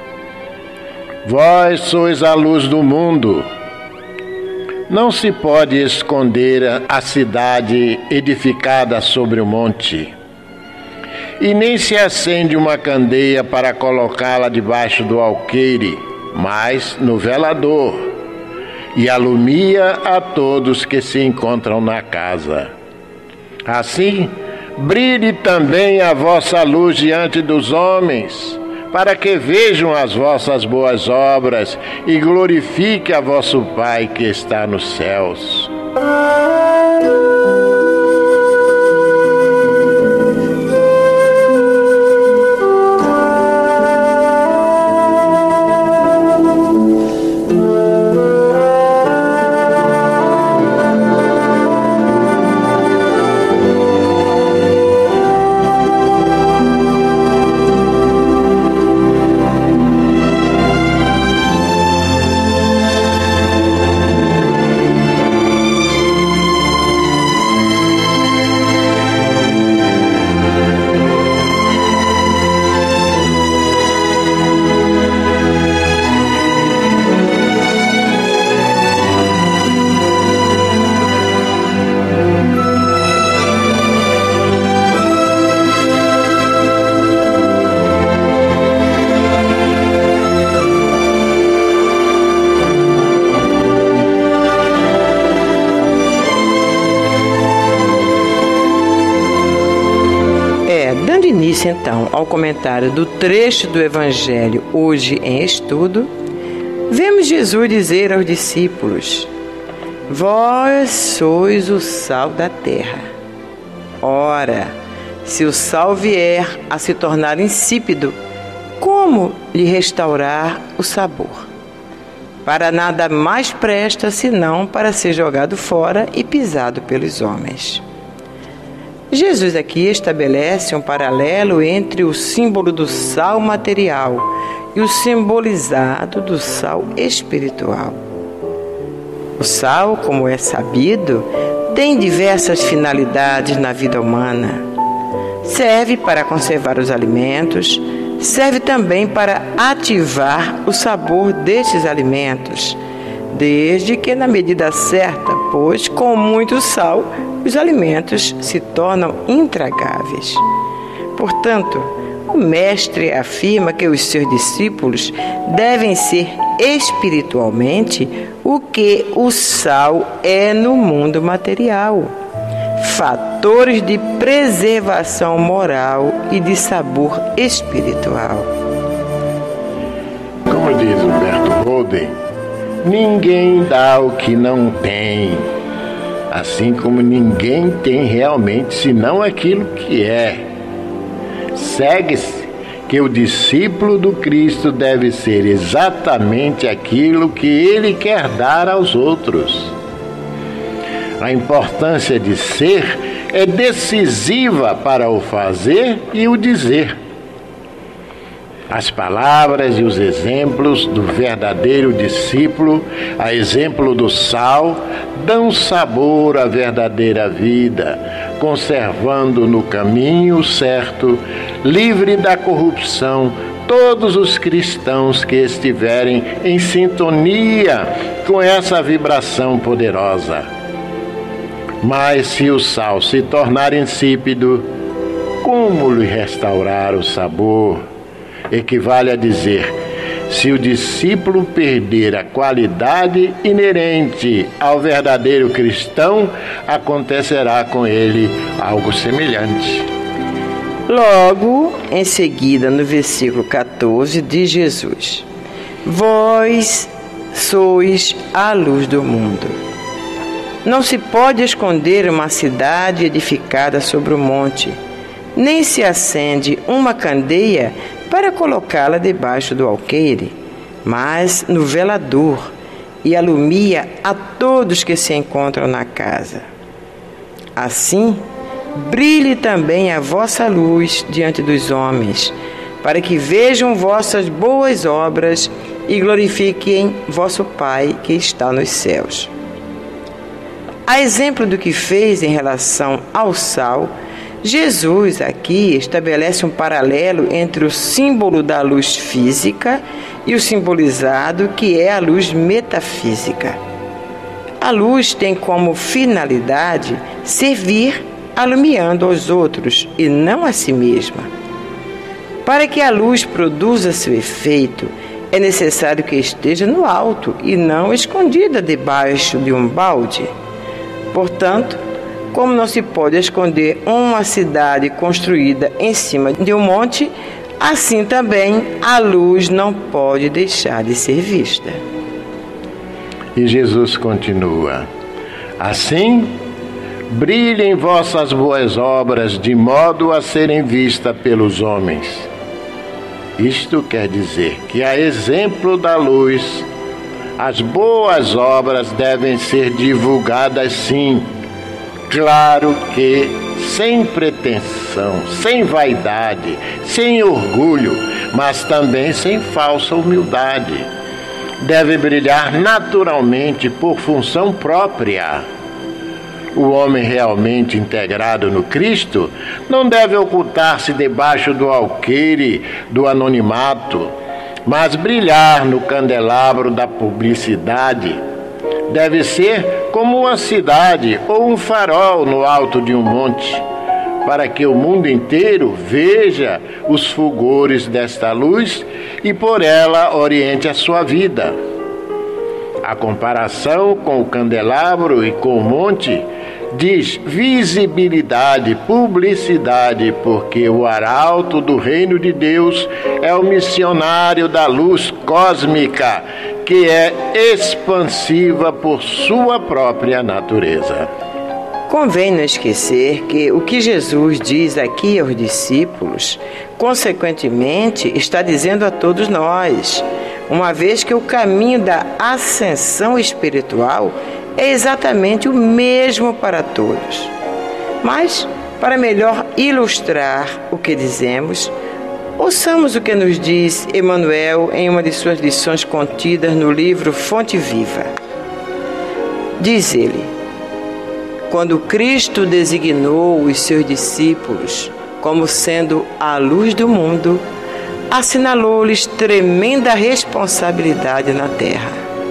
Vós sois a luz do mundo. Não se pode esconder a cidade edificada sobre o monte, e nem se acende uma candeia para colocá-la debaixo do alqueire, mas no velador, e alumia a todos que se encontram na casa. Assim, brilhe também a vossa luz diante dos homens, para que vejam as vossas boas obras e glorifique a vosso Pai que está nos céus. início, então, ao comentário do trecho do Evangelho hoje em estudo, vemos Jesus dizer aos discípulos: vós sois o sal da terra. Ora, se o sal vier a se tornar insípido, como lhe restaurar o sabor? Para nada mais presta senão para ser jogado fora e pisado pelos homens. Jesus aqui estabelece um paralelo entre o símbolo do sal material e o simbolizado do sal espiritual. O sal, como é sabido, tem diversas finalidades na vida humana. Serve para conservar os alimentos, serve também para ativar o sabor destes alimentos, desde que na medida certa, pois com muito sal os alimentos se tornam intragáveis. Portanto, o Mestre afirma que os seus discípulos devem ser espiritualmente o que o sal é no mundo material. Fatores de preservação moral e de sabor espiritual. Como diz Humberto Holden, ninguém dá o que não tem, assim como ninguém tem realmente senão aquilo que é. Segue-se que o discípulo do Cristo deve ser exatamente aquilo que ele quer dar aos outros. A importância de ser é decisiva para o fazer e o dizer. As palavras e os exemplos do verdadeiro discípulo, a exemplo do sal, dão sabor à verdadeira vida, conservando no caminho certo, livre da corrupção, todos os cristãos que estiverem em sintonia com essa vibração poderosa. Mas se o sal se tornar insípido, como lhe restaurar o sabor? Equivale a dizer, se o discípulo perder a qualidade inerente ao verdadeiro cristão, acontecerá com ele algo semelhante. Logo, em seguida, no versículo 14, diz Jesus: vós sois a luz do mundo. Não se pode esconder uma cidade edificada sobre o monte, nem se acende uma candeia para colocá-la debaixo do alqueire, mas no velador, e alumia a todos que se encontram na casa. Assim, brilhe também a vossa luz diante dos homens, para que vejam vossas boas obras e glorifiquem vosso Pai que está nos céus. A exemplo do que fez em relação ao sal, Jesus aqui estabelece um paralelo entre o símbolo da luz física e o simbolizado, que é a luz metafísica. A luz tem como finalidade servir alumiando aos outros e não a si mesma. Para que a luz produza seu efeito, é necessário que esteja no alto e não escondida debaixo de um balde. Portanto, como não se pode esconder uma cidade construída em cima de um monte, assim também a luz não pode deixar de ser vista. E Jesus continua: assim, brilhem vossas boas obras de modo a serem vistas pelos homens. Isto quer dizer que, a exemplo da luz, as boas obras devem ser divulgadas, sim, claro que sem pretensão, sem vaidade, sem orgulho, mas também sem falsa humildade. Deve brilhar naturalmente por função própria. O homem realmente integrado no Cristo não deve ocultar-se debaixo do alqueire do anonimato, mas brilhar no candelabro da publicidade. Deve ser como uma cidade ou um farol no alto de um monte, para que o mundo inteiro veja os fulgores desta luz e por ela oriente a sua vida. A comparação com o candelabro e com o monte diz visibilidade, publicidade, porque o arauto do reino de Deus é o missionário da luz cósmica, que é expansiva por sua própria natureza. Convém não esquecer que o que Jesus diz aqui aos discípulos, consequentemente, está dizendo a todos nós, uma vez que o caminho da ascensão espiritual é exatamente o mesmo para todos. Mas, para melhor ilustrar o que dizemos, ouçamos o que nos diz Emmanuel em uma de suas lições contidas no livro Fonte Viva. Diz ele: quando Cristo designou os seus discípulos como sendo a luz do mundo, assinalou-lhes tremenda responsabilidade na terra.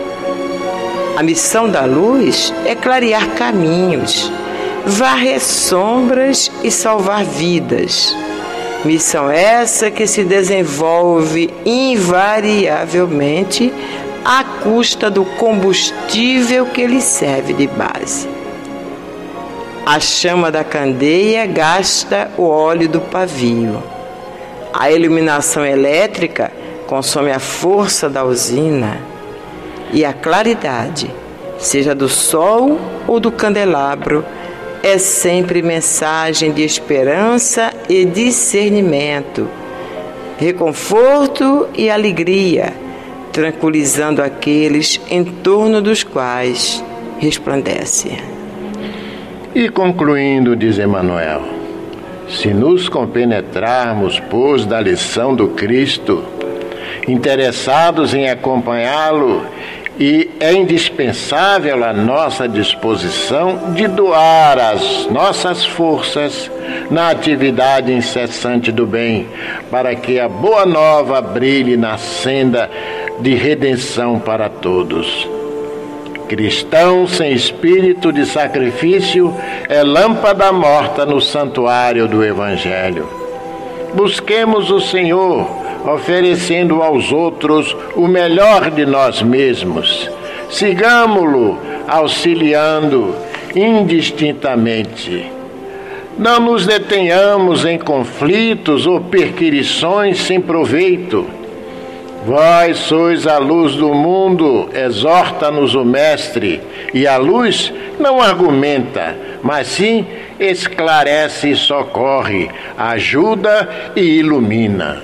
A missão da luz é clarear caminhos, varrer sombras e salvar vidas. Missão essa que se desenvolve invariavelmente à custa do combustível que lhe serve de base. A chama da candeia gasta o óleo do pavio. A iluminação elétrica consome a força da usina. E a claridade, seja do sol ou do candelabro, é sempre mensagem de esperança e discernimento, reconforto e alegria, tranquilizando aqueles em torno dos quais resplandece. E concluindo, diz Emmanuel, se nos compenetrarmos, pois, da lição do Cristo, interessados em acompanhá-lo, e é indispensável a nossa disposição de doar as nossas forças na atividade incessante do bem, para que a boa nova brilhe na senda de redenção para todos. Cristão sem espírito de sacrifício é lâmpada morta no santuário do Evangelho. Busquemos o Senhor, oferecendo aos outros o melhor de nós mesmos. Sigamo-lo, auxiliando indistintamente. Não nos detenhamos em conflitos ou perquirições sem proveito. Vós sois a luz do mundo, exorta-nos o Mestre, e a luz não argumenta, mas sim esclarece e socorre, ajuda e ilumina.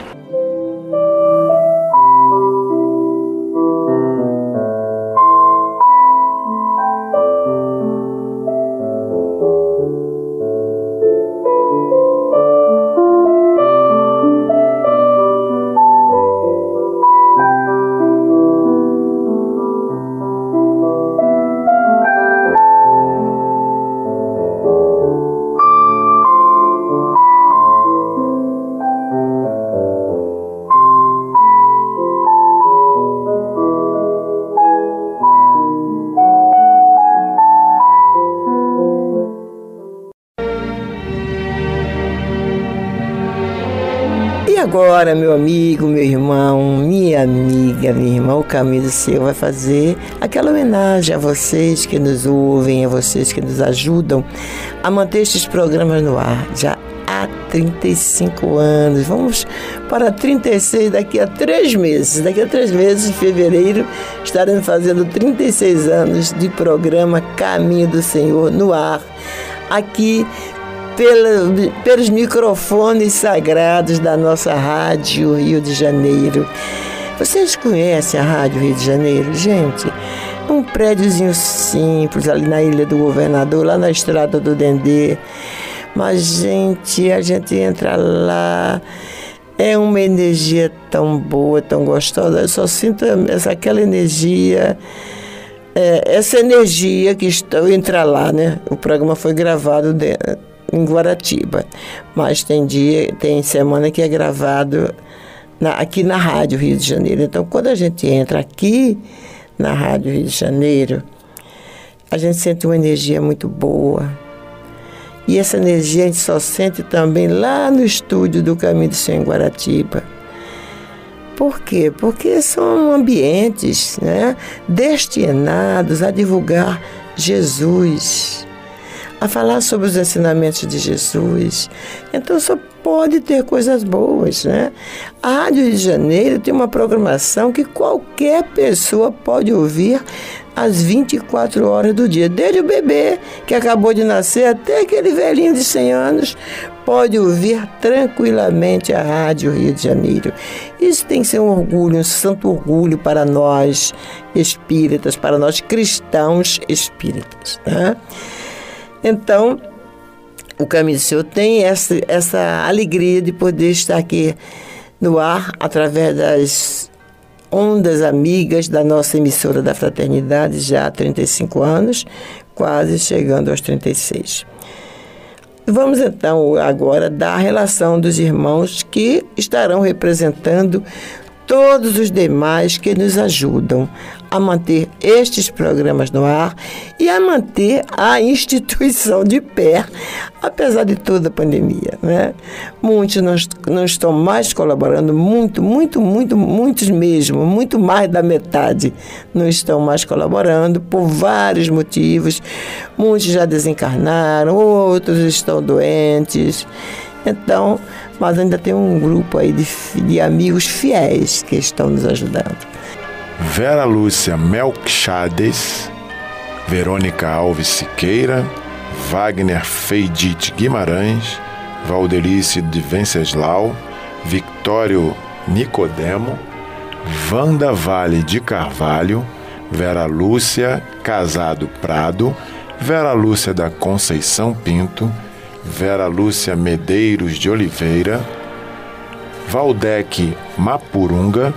Agora, meu amigo, meu irmão, minha amiga, minha irmã, o Caminho do Senhor vai fazer aquela homenagem a vocês que nos ouvem, a vocês que nos ajudam a manter estes programas no ar já há 35 anos. Vamos para 36 daqui a 3 meses. Daqui a 3 meses, em fevereiro, estaremos fazendo 36 anos de programa Caminho do Senhor no ar, aqui pelos microfones sagrados da nossa Rádio Rio de Janeiro. Vocês conhecem a Rádio Rio de Janeiro, gente? É um prédiozinho simples ali na Ilha do Governador, lá na Estrada do Dendê. Mas, gente, a gente entra lá, é uma energia tão boa, tão gostosa. Eu só sinto aquela energia... essa energia que entra lá, né? O programa foi gravado em Guaratiba, mas tem semana que é gravado aqui na Rádio Rio de Janeiro. Então, quando a gente entra aqui na Rádio Rio de Janeiro, a gente sente uma energia muito boa. E essa energia a gente só sente também lá no estúdio do Caminho do Senhor em Guaratiba. Por quê? Porque são ambientes, né, destinados a divulgar Jesus, a falar sobre os ensinamentos de Jesus. Então só pode ter coisas boas, né? A Rádio Rio de Janeiro tem uma programação que qualquer pessoa pode ouvir às 24 horas do dia. Desde o bebê que acabou de nascer até aquele velhinho de 100 anos pode ouvir tranquilamente a Rádio Rio de Janeiro. Isso tem que ser um orgulho, um santo orgulho para nós espíritas, para nós cristãos espíritas, né? Então, o Caminho do Senhor tem essa alegria de poder estar aqui no ar através das ondas amigas da nossa emissora da Fraternidade, já há 35 anos, quase chegando aos 36. Vamos então agora dar a relação dos irmãos que estarão representando todos os demais que nos ajudam a manter estes programas no ar e a manter a instituição de pé, apesar de toda a pandemia, né? Muitos não estão mais colaborando, muitos mesmo, muito mais da metade não estão mais colaborando por vários motivos. Muitos já desencarnaram, outros estão doentes. Então, mas ainda tem um grupo aí de amigos fiéis que estão nos ajudando. Vera Lúcia Melquiades, Verônica Alves Siqueira, Wagner Feidite Guimarães, Valdelice de Venceslau, Victório Nicodemo, Wanda Vale de Carvalho, Vera Lúcia Casado Prado, Vera Lúcia da Conceição Pinto, Vera Lúcia Medeiros de Oliveira, Valdec Mapurunga,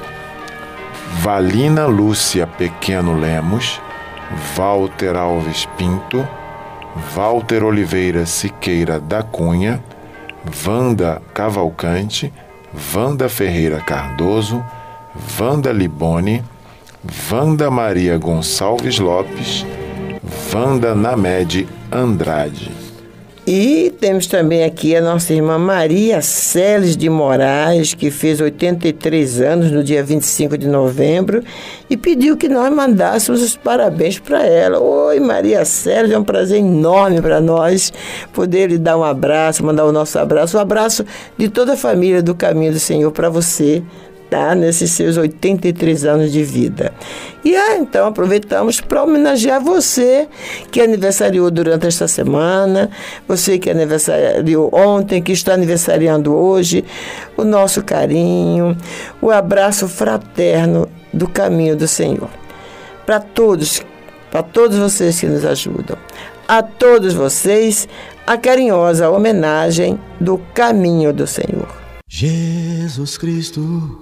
Valina Lúcia Pequeno Lemos, Walter Alves Pinto, Walter Oliveira Siqueira da Cunha, Wanda Cavalcante, Wanda Ferreira Cardoso, Wanda Liboni, Wanda Maria Gonçalves Lopes, Wanda Named Andrade. E temos também aqui a nossa irmã Maria Celes de Moraes, que fez 83 anos no dia 25 de novembro e pediu que nós mandássemos os parabéns para ela. Oi, Maria Celes, é um prazer enorme para nós poder lhe dar um abraço, mandar o nosso abraço, o abraço de toda a família do Caminho do Senhor para você, tá? Nesses seus 83 anos de vida. E então aproveitamos para homenagear você que aniversariou durante esta semana, você que aniversariou ontem, que está aniversariando hoje, o nosso carinho, o abraço fraterno do Caminho do Senhor. Para todos vocês que nos ajudam, a todos vocês, a carinhosa homenagem do Caminho do Senhor. Jesus Cristo,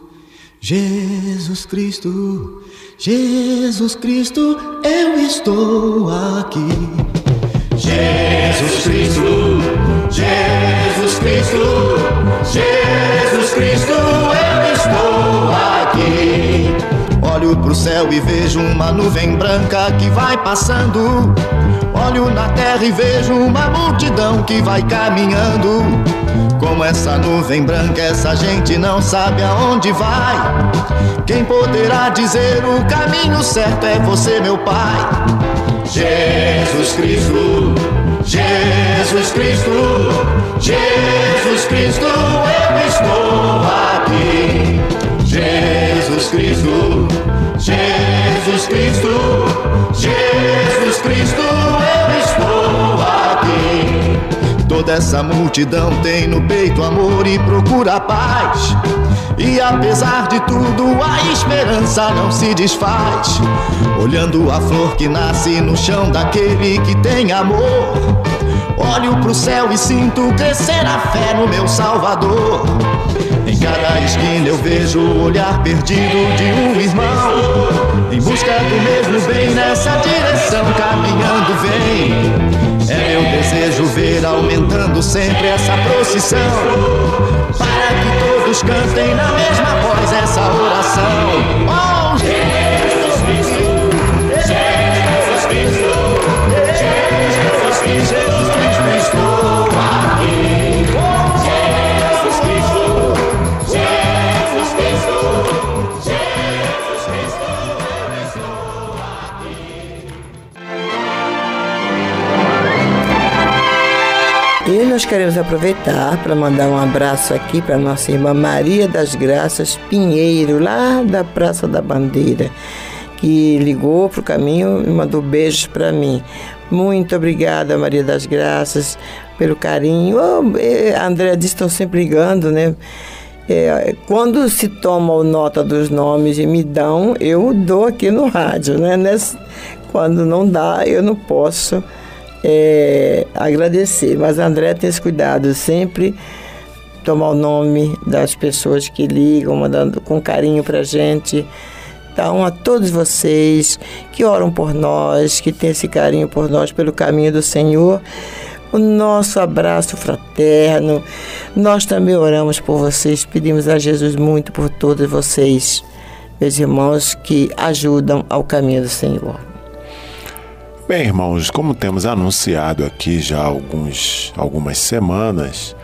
Jesus Cristo, Jesus Cristo, eu estou aqui. Jesus Cristo, Jesus Cristo, Jesus Cristo, eu estou aqui. Olho pro céu e vejo uma nuvem branca que vai passando. Olho na terra e vejo uma multidão que vai caminhando. Como essa nuvem branca, essa gente não sabe aonde vai. Quem poderá dizer o caminho certo é você, meu Pai. Jesus Cristo, Jesus Cristo, Jesus Cristo, eu estou aqui. Jesus Cristo, Jesus Cristo, Jesus Cristo, eu estou aqui. Toda essa multidão tem no peito amor e procura paz. E apesar de tudo, a esperança não se desfaz. Olhando a flor que nasce no chão daquele que tem amor, olho pro céu e sinto crescer a fé no meu Salvador. Em cada esquina eu vejo o olhar perdido de um irmão, em busca do mesmo bem, nessa direção caminhando vem. É meu desejo ver aumentando sempre essa procissão, para que todos cantem na mesma voz essa oração. Oh, Jesus Cristo, Jesus Cristo, Jesus Cristo, Jesus Cristo, estou aqui. Jesus Cristo, Jesus Cristo, Jesus Cristo, eu estou aqui. E nós queremos aproveitar para mandar um abraço aqui para nossa irmã Maria das Graças Pinheiro, lá da Praça da Bandeira, que ligou para o caminho e mandou beijos para mim. Muito obrigada, Maria das Graças, pelo carinho. André disse que estão sempre ligando, né? Quando se toma nota dos nomes e me dão, eu dou aqui no rádio, né? Quando não dá, eu não posso agradecer. Mas André tem esse cuidado, sempre tomar o nome das pessoas que ligam, mandando com carinho pra gente. Então, a todos vocês que oram por nós, que têm esse carinho por nós, pelo caminho do Senhor, o nosso abraço fraterno. Nós também oramos por vocês, pedimos a Jesus muito por todos vocês, meus irmãos, que ajudam ao caminho do Senhor. Bem, irmãos, como temos anunciado aqui já há algumas semanas,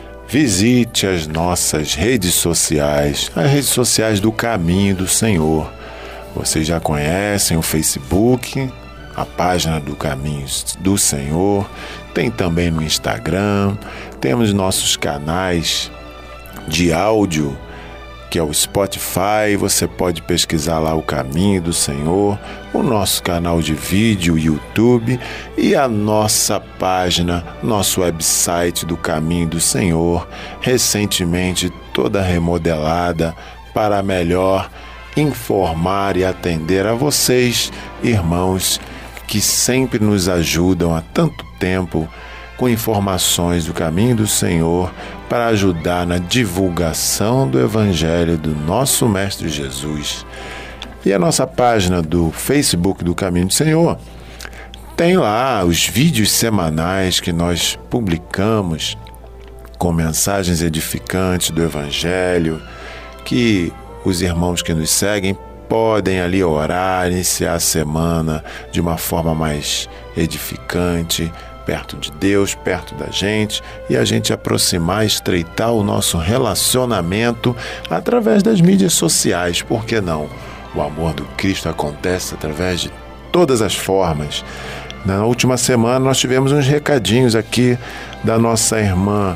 visite as nossas redes sociais, as redes sociais do Caminho do Senhor. Vocês já conhecem o Facebook, a página do Caminho do Senhor, tem também no Instagram, temos nossos canais de áudio, que é o Spotify, você pode pesquisar lá o Caminho do Senhor, o nosso canal de vídeo, YouTube, e a nossa página, nosso website do Caminho do Senhor, recentemente toda remodelada para melhor informar e atender a vocês, irmãos, que sempre nos ajudam há tanto tempo com informações do Caminho do Senhor para ajudar na divulgação do Evangelho do nosso Mestre Jesus. E a nossa página do Facebook do Caminho do Senhor tem lá os vídeos semanais que nós publicamos com mensagens edificantes do Evangelho, que os irmãos que nos seguem podem ali orar, iniciar a semana de uma forma mais edificante, perto de Deus, perto da gente, e a gente aproximar, estreitar o nosso relacionamento através das mídias sociais. Por que não? O amor do Cristo acontece através de todas as formas. Na última semana nós tivemos uns recadinhos aqui da nossa irmã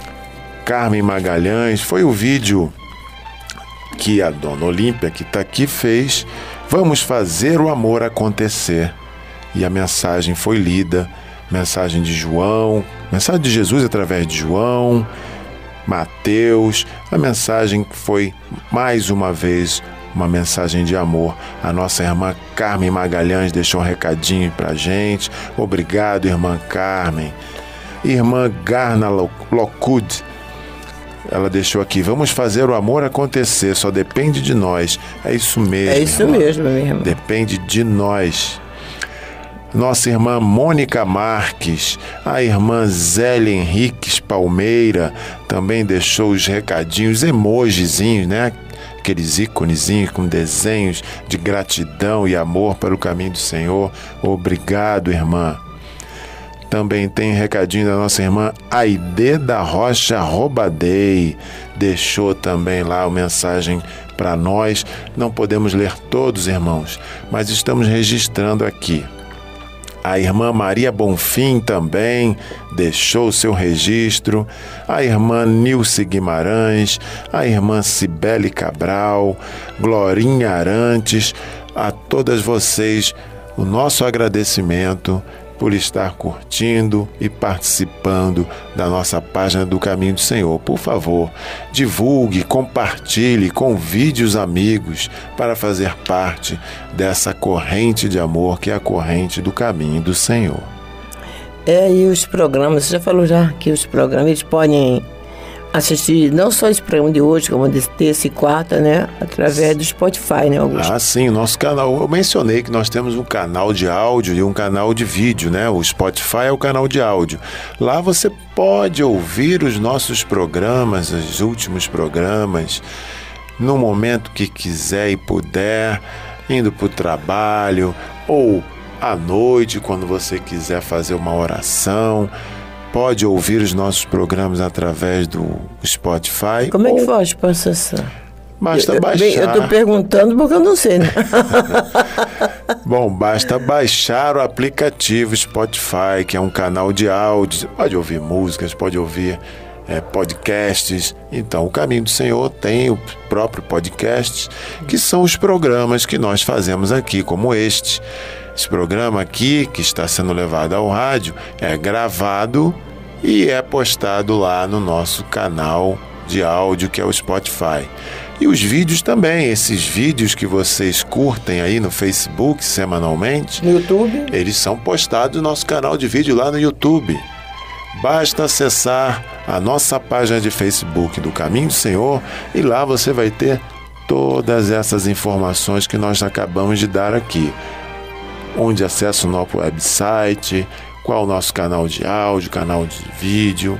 Carmen Magalhães. Foi o vídeo que a dona Olímpia, que está aqui, fez. Vamos fazer o amor acontecer. E a mensagem foi lida, mensagem de João, mensagem de Jesus através de João, Mateus. A mensagem foi, mais uma vez, uma mensagem de amor. A nossa irmã Carmen Magalhães deixou um recadinho para a gente. Obrigado, irmã Carmen. Irmã Garna Lockwood, ela deixou aqui: vamos fazer o amor acontecer, só depende de nós. É isso mesmo. É isso mesmo, minha irmã. Depende de nós. Nossa irmã Mônica Marques, a irmã Zélia Henriques Palmeira também deixou os recadinhos, emojizinhos, né? Aqueles íconezinhos com desenhos de gratidão e amor para o caminho do Senhor. Obrigado, irmã. Também tem recadinho da nossa irmã Aide da Rocha Robadei. Deixou também lá a mensagem para nós. Não podemos ler todos, irmãos, mas estamos registrando aqui. A irmã Maria Bonfim também deixou o seu registro. A irmã Nilce Guimarães, a irmã Cibele Cabral, Glorinha Arantes, a todas vocês o nosso agradecimento por estar curtindo e participando da nossa página do Caminho do Senhor. Por favor, divulgue, compartilhe, convide os amigos para fazer parte dessa corrente de amor que é a corrente do Caminho do Senhor. E os programas, você já falou que os programas, eles podem assistir não só esse programa de hoje, como de terça e quarta, né? Através do Spotify, né, Augusto? Sim, o nosso canal. Eu mencionei que nós temos um canal de áudio e um canal de vídeo, né? O Spotify é o canal de áudio. Lá você pode ouvir os nossos programas, os últimos programas, no momento que quiser e puder, indo para o trabalho ou à noite, quando você quiser fazer uma oração. Pode ouvir os nossos programas através do Spotify. Como é que faz para acessar? Basta baixar. Eu estou perguntando porque eu não sei, né? Bom, basta baixar o aplicativo Spotify, que é um canal de áudio. Você pode ouvir músicas, pode ouvir podcasts. Então, o Caminho do Senhor tem o próprio podcast, que são os programas que nós fazemos aqui, como este. Esse programa aqui, que está sendo levado ao rádio, é gravado e é postado lá no nosso canal de áudio, que é o Spotify. E os vídeos também, esses vídeos que vocês curtem aí no Facebook semanalmente, No YouTube? eles são postados no nosso canal de vídeo lá no YouTube. Basta acessar a nossa página de Facebook do Caminho do Senhor e lá você vai ter todas essas informações que nós acabamos de dar aqui. Onde acessa o nosso website, qual o nosso canal de áudio, canal de vídeo,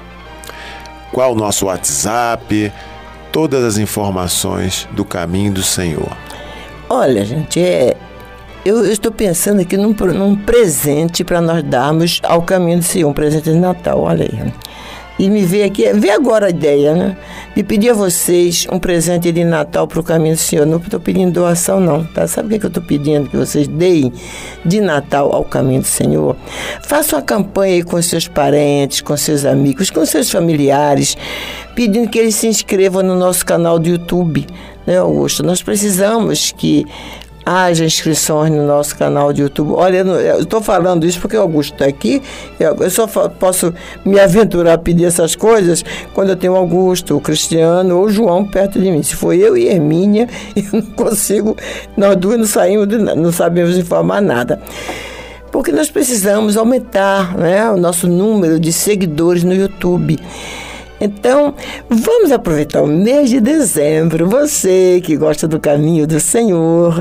qual o nosso WhatsApp, todas as informações do Caminho do Senhor. Olha, gente, eu estou pensando aqui num presente para nós darmos ao Caminho do Senhor, um presente de Natal, olha aí. E me veio aqui, vê agora a ideia, né? De pedir a vocês um presente de Natal para o Caminho do Senhor. Não estou pedindo doação, não, tá? Sabe o que eu estou pedindo? Que vocês deem de Natal ao Caminho do Senhor. Façam uma campanha aí com seus parentes, com seus amigos, com seus familiares, pedindo que eles se inscrevam no nosso canal do YouTube, né, Augusto? Nós precisamos que haja inscrições no nosso canal de YouTube. Olha, eu estou falando isso porque o Augusto está aqui. Eu só posso me aventurar a pedir essas coisas quando eu tenho o Augusto, o Cristiano ou o João perto de mim. Se for eu e Hermínia, eu não consigo, nós duas não sabemos informar nada. Porque nós precisamos aumentar, né, o nosso número de seguidores no YouTube. Então, vamos aproveitar o mês de dezembro, você que gosta do Caminho do Senhor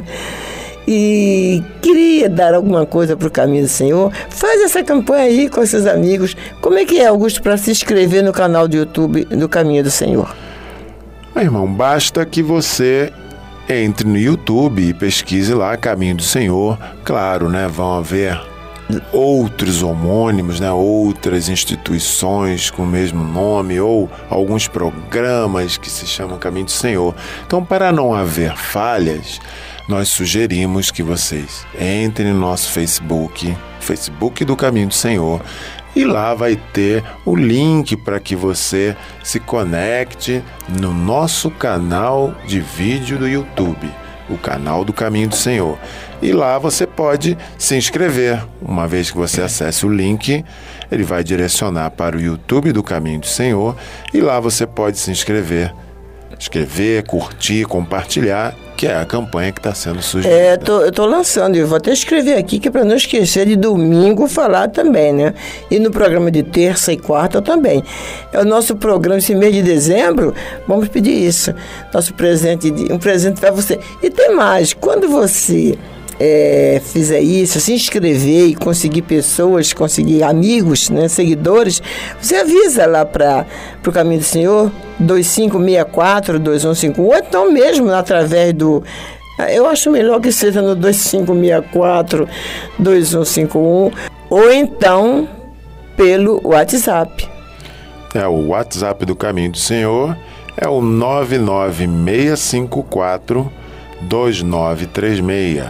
e queria dar alguma coisa para o Caminho do Senhor, faz essa campanha aí com seus amigos. Como é que é, Augusto, para se inscrever no canal do YouTube do Caminho do Senhor? Irmão, basta que você entre no YouTube e pesquise lá Caminho do Senhor. Claro, né, vão haver outros homônimos, né, outras instituições com o mesmo nome ou alguns programas que se chamam Caminho do Senhor. Então, para não haver falhas, nós sugerimos que vocês entrem no nosso Facebook do Caminho do Senhor, e lá vai ter o link para que você se conecte no nosso canal de vídeo do YouTube, o canal do Caminho do Senhor. E lá você pode se inscrever. Uma vez que você acesse o link, ele vai direcionar para o YouTube do Caminho do Senhor, e lá você pode se inscrever, curtir, compartilhar, que é a campanha que está sendo sugerida. Eu estou lançando, eu vou até escrever aqui, que é para não esquecer de domingo falar também, né? E no programa de terça e quarta também. É o nosso programa, esse mês de dezembro, vamos pedir isso. Nosso presente, um presente para você. E tem mais, quando você fizer isso, se inscrever e conseguir pessoas, conseguir amigos, né, seguidores, você avisa lá para o Caminho do Senhor, 2564-2151, ou então mesmo através do... Eu acho melhor que seja no 2564-2151, ou então pelo WhatsApp. O WhatsApp do Caminho do Senhor é o 99654-2936.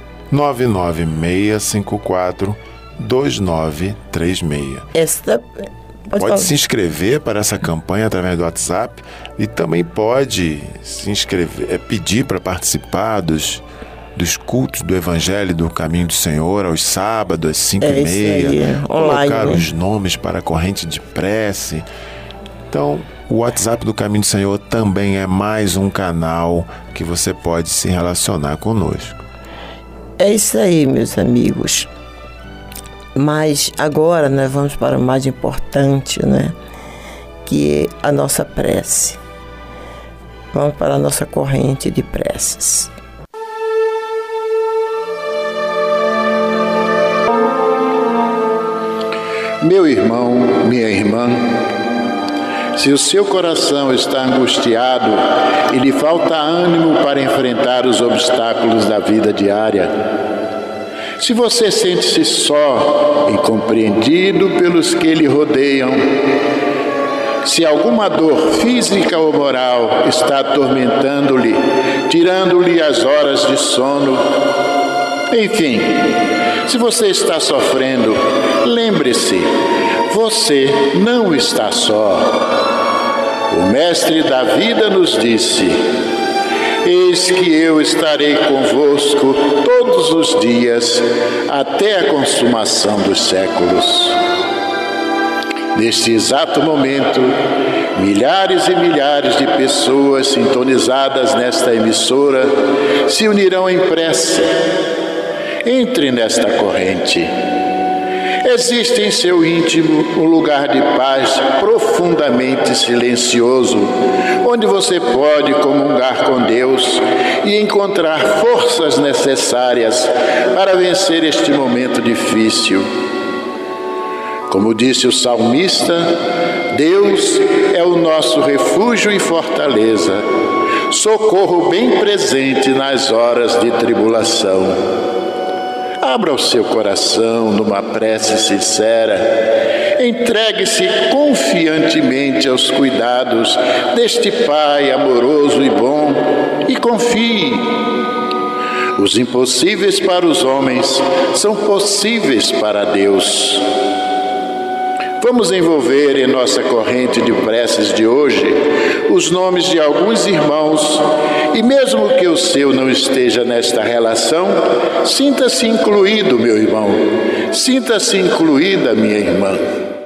99654-2936. Pode se inscrever para essa campanha através do WhatsApp e também pode se inscrever, pedir para participar dos cultos do Evangelho do Caminho do Senhor aos sábados, às 5h30, colocar os nomes para a corrente de prece. Então, o WhatsApp do Caminho do Senhor também é mais um canal que você pode se relacionar conosco. É isso aí, meus amigos. Mas agora nós vamos para o mais importante, né? Que é a nossa prece. Vamos para a nossa corrente de preces. Meu irmão, minha irmã, se o seu coração está angustiado e lhe falta ânimo para enfrentar os obstáculos da vida diária, se você sente-se só e compreendido pelos que lhe rodeiam, Se alguma dor física ou moral está atormentando-lhe, tirando-lhe as horas de sono, enfim, se você está sofrendo, lembre-se, você não está só. O Mestre da vida nos disse: eis que eu estarei convosco todos os dias, até a consumação dos séculos. Neste exato momento, milhares e milhares de pessoas sintonizadas nesta emissora se unirão em prece. Entre nesta corrente. Existe em seu íntimo um lugar de paz profundamente silencioso, onde você pode comungar com Deus e encontrar forças necessárias para vencer este momento difícil. Como disse o salmista, Deus é o nosso refúgio e fortaleza, socorro bem presente nas horas de tribulação. Abra o seu coração numa prece sincera. Entregue-se confiantemente aos cuidados deste Pai amoroso e bom e confie. Os impossíveis para os homens são possíveis para Deus. Vamos envolver em nossa corrente de preces de hoje os nomes de alguns irmãos e mesmo que o seu não esteja nesta relação, sinta-se incluído, meu irmão, sinta-se incluída, minha irmã.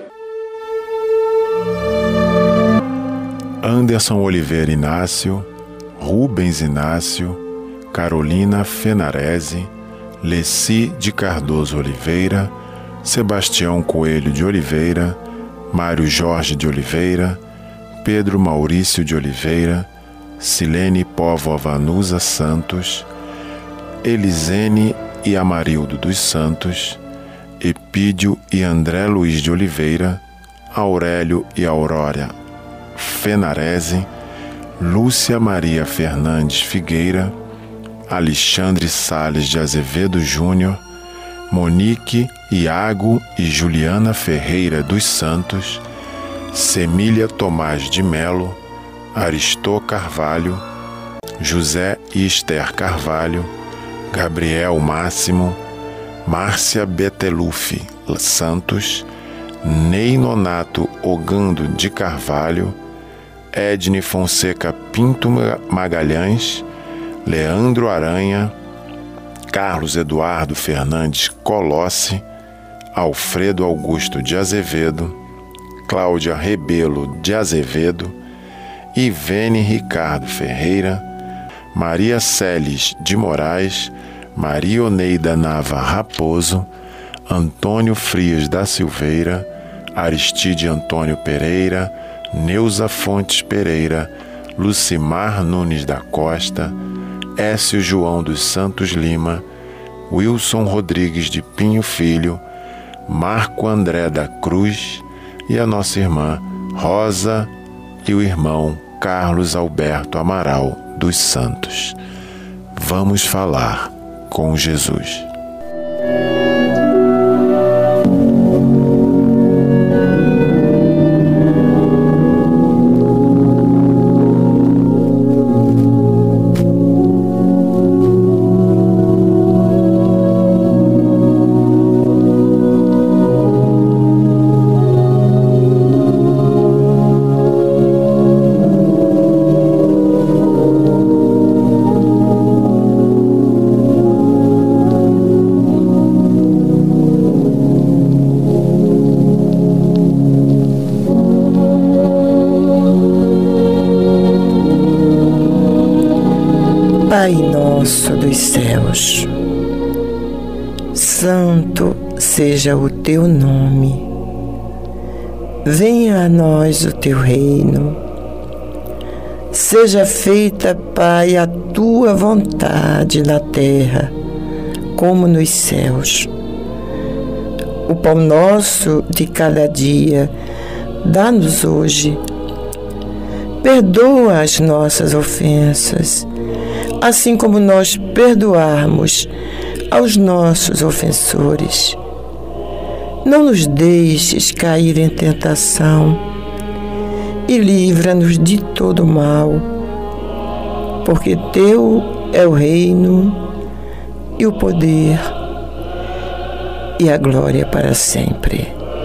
Anderson Oliveira Inácio, Rubens Inácio, Carolina Fenarese, Leci de Cardoso Oliveira, Sebastião Coelho de Oliveira, Mário Jorge de Oliveira, Pedro Maurício de Oliveira, Silene Póvoa Vanusa Santos, Elisene e Amarildo dos Santos, Epídio e André Luiz de Oliveira, Aurélio e Aurora Fenarese, Lúcia Maria Fernandes Figueira, Alexandre Sales de Azevedo Júnior, Monique, Iago e Juliana Ferreira dos Santos, Semília Tomás de Melo, Aristô Carvalho, José e Esther Carvalho, Gabriel Máximo, Márcia Betelufi Santos, Ney Nonato Ogando de Carvalho, Edne Fonseca Pinto Magalhães, Leandro Aranha, Carlos Eduardo Fernandes Colossi, Alfredo Augusto de Azevedo, Cláudia Rebelo de Azevedo, Ivene Ricardo Ferreira, Maria Celes de Moraes, Maria Oneida Nava Raposo, Antônio Frias da Silveira, Aristide Antônio Pereira, Neuza Fontes Pereira, Lucimar Nunes da Costa, Écio João dos Santos Lima, Wilson Rodrigues de Pinho Filho, Marco André da Cruz e a nossa irmã Rosa e o irmão Carlos Alberto Amaral dos Santos. Vamos falar com Jesus. Pai nosso dos céus, santo seja o teu nome. Venha a nós o teu reino. Seja feita, Pai, a tua vontade na terra, como nos céus. O pão nosso de cada dia, dá-nos hoje. Perdoa as nossas ofensas, assim como nós perdoarmos aos nossos ofensores. Não nos deixes cair em tentação e livra-nos de todo mal, porque teu é o reino e o poder e a glória para sempre.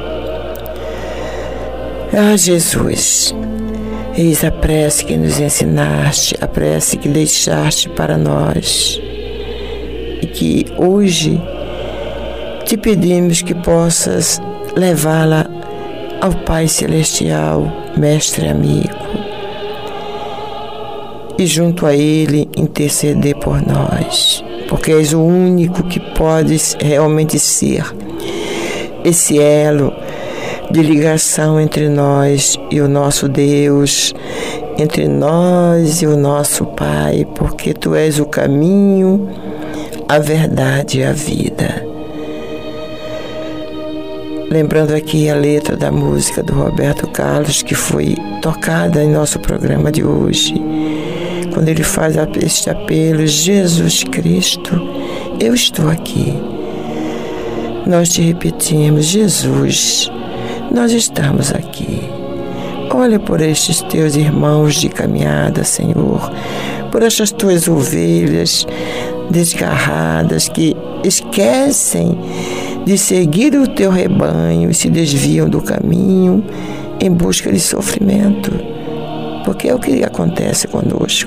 Ah, Jesus, eis a prece que nos ensinaste, a prece que deixaste para nós, e que hoje te pedimos que possas levá-la ao Pai Celestial, Mestre amigo, e junto a Ele interceder por nós, porque és o único que podes realmente ser esse elo de ligação entre nós e o nosso Deus, entre nós e o nosso Pai, porque Tu és o caminho, a verdade e a vida. Lembrando aqui a letra da música do Roberto Carlos, que foi tocada em nosso programa de hoje, quando ele faz este apelo: Jesus Cristo, eu estou aqui. Nós te repetimos: Jesus, nós estamos aqui. Olha por estes teus irmãos de caminhada, Senhor, por estas tuas ovelhas desgarradas que esquecem de seguir o teu rebanho e se desviam do caminho em busca de sofrimento, porque é o que acontece conosco.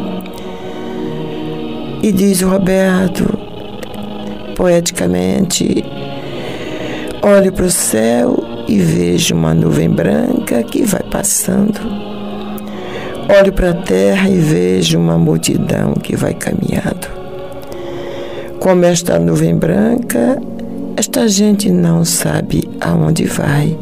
E diz o Roberto, poeticamente: olho para o céu e vejo uma nuvem branca que vai passando. Olho para a terra e vejo uma multidão que vai caminhando. Como esta nuvem branca, esta gente não sabe aonde vai.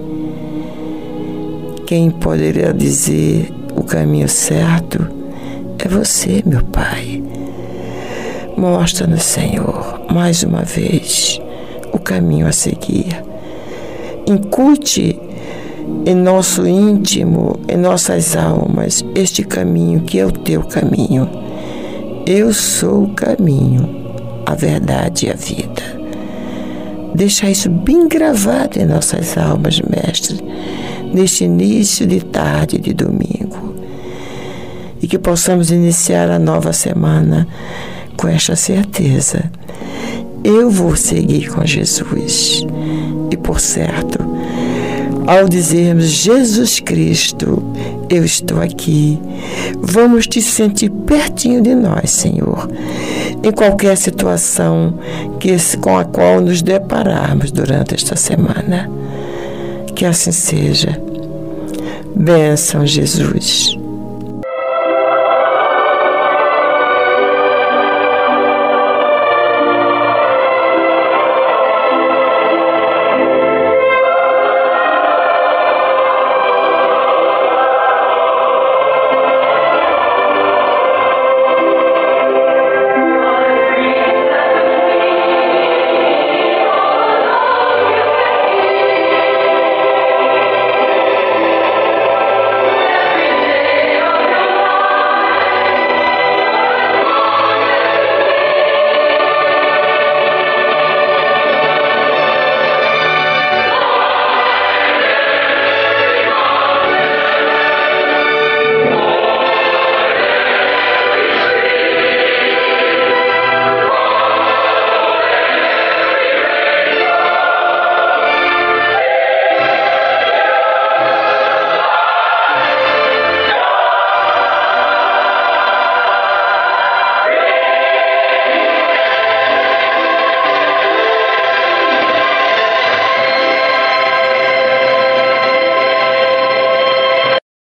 Quem poderia dizer o caminho certo é você, meu Pai. Mostra-nos, Senhor, mais uma vez, o caminho a seguir. Incute em nosso íntimo, em nossas almas, este caminho que é o teu caminho. Eu sou o caminho, a verdade e a vida. Deixa isso bem gravado em nossas almas, Mestre, neste início de tarde de domingo. E que possamos iniciar a nova semana com esta certeza: eu vou seguir com Jesus. E por certo, ao dizermos Jesus Cristo, eu estou aqui, vamos te sentir pertinho de nós, Senhor, em qualquer situação com a qual nos depararmos durante esta semana. Que assim seja. Bênção, Jesus.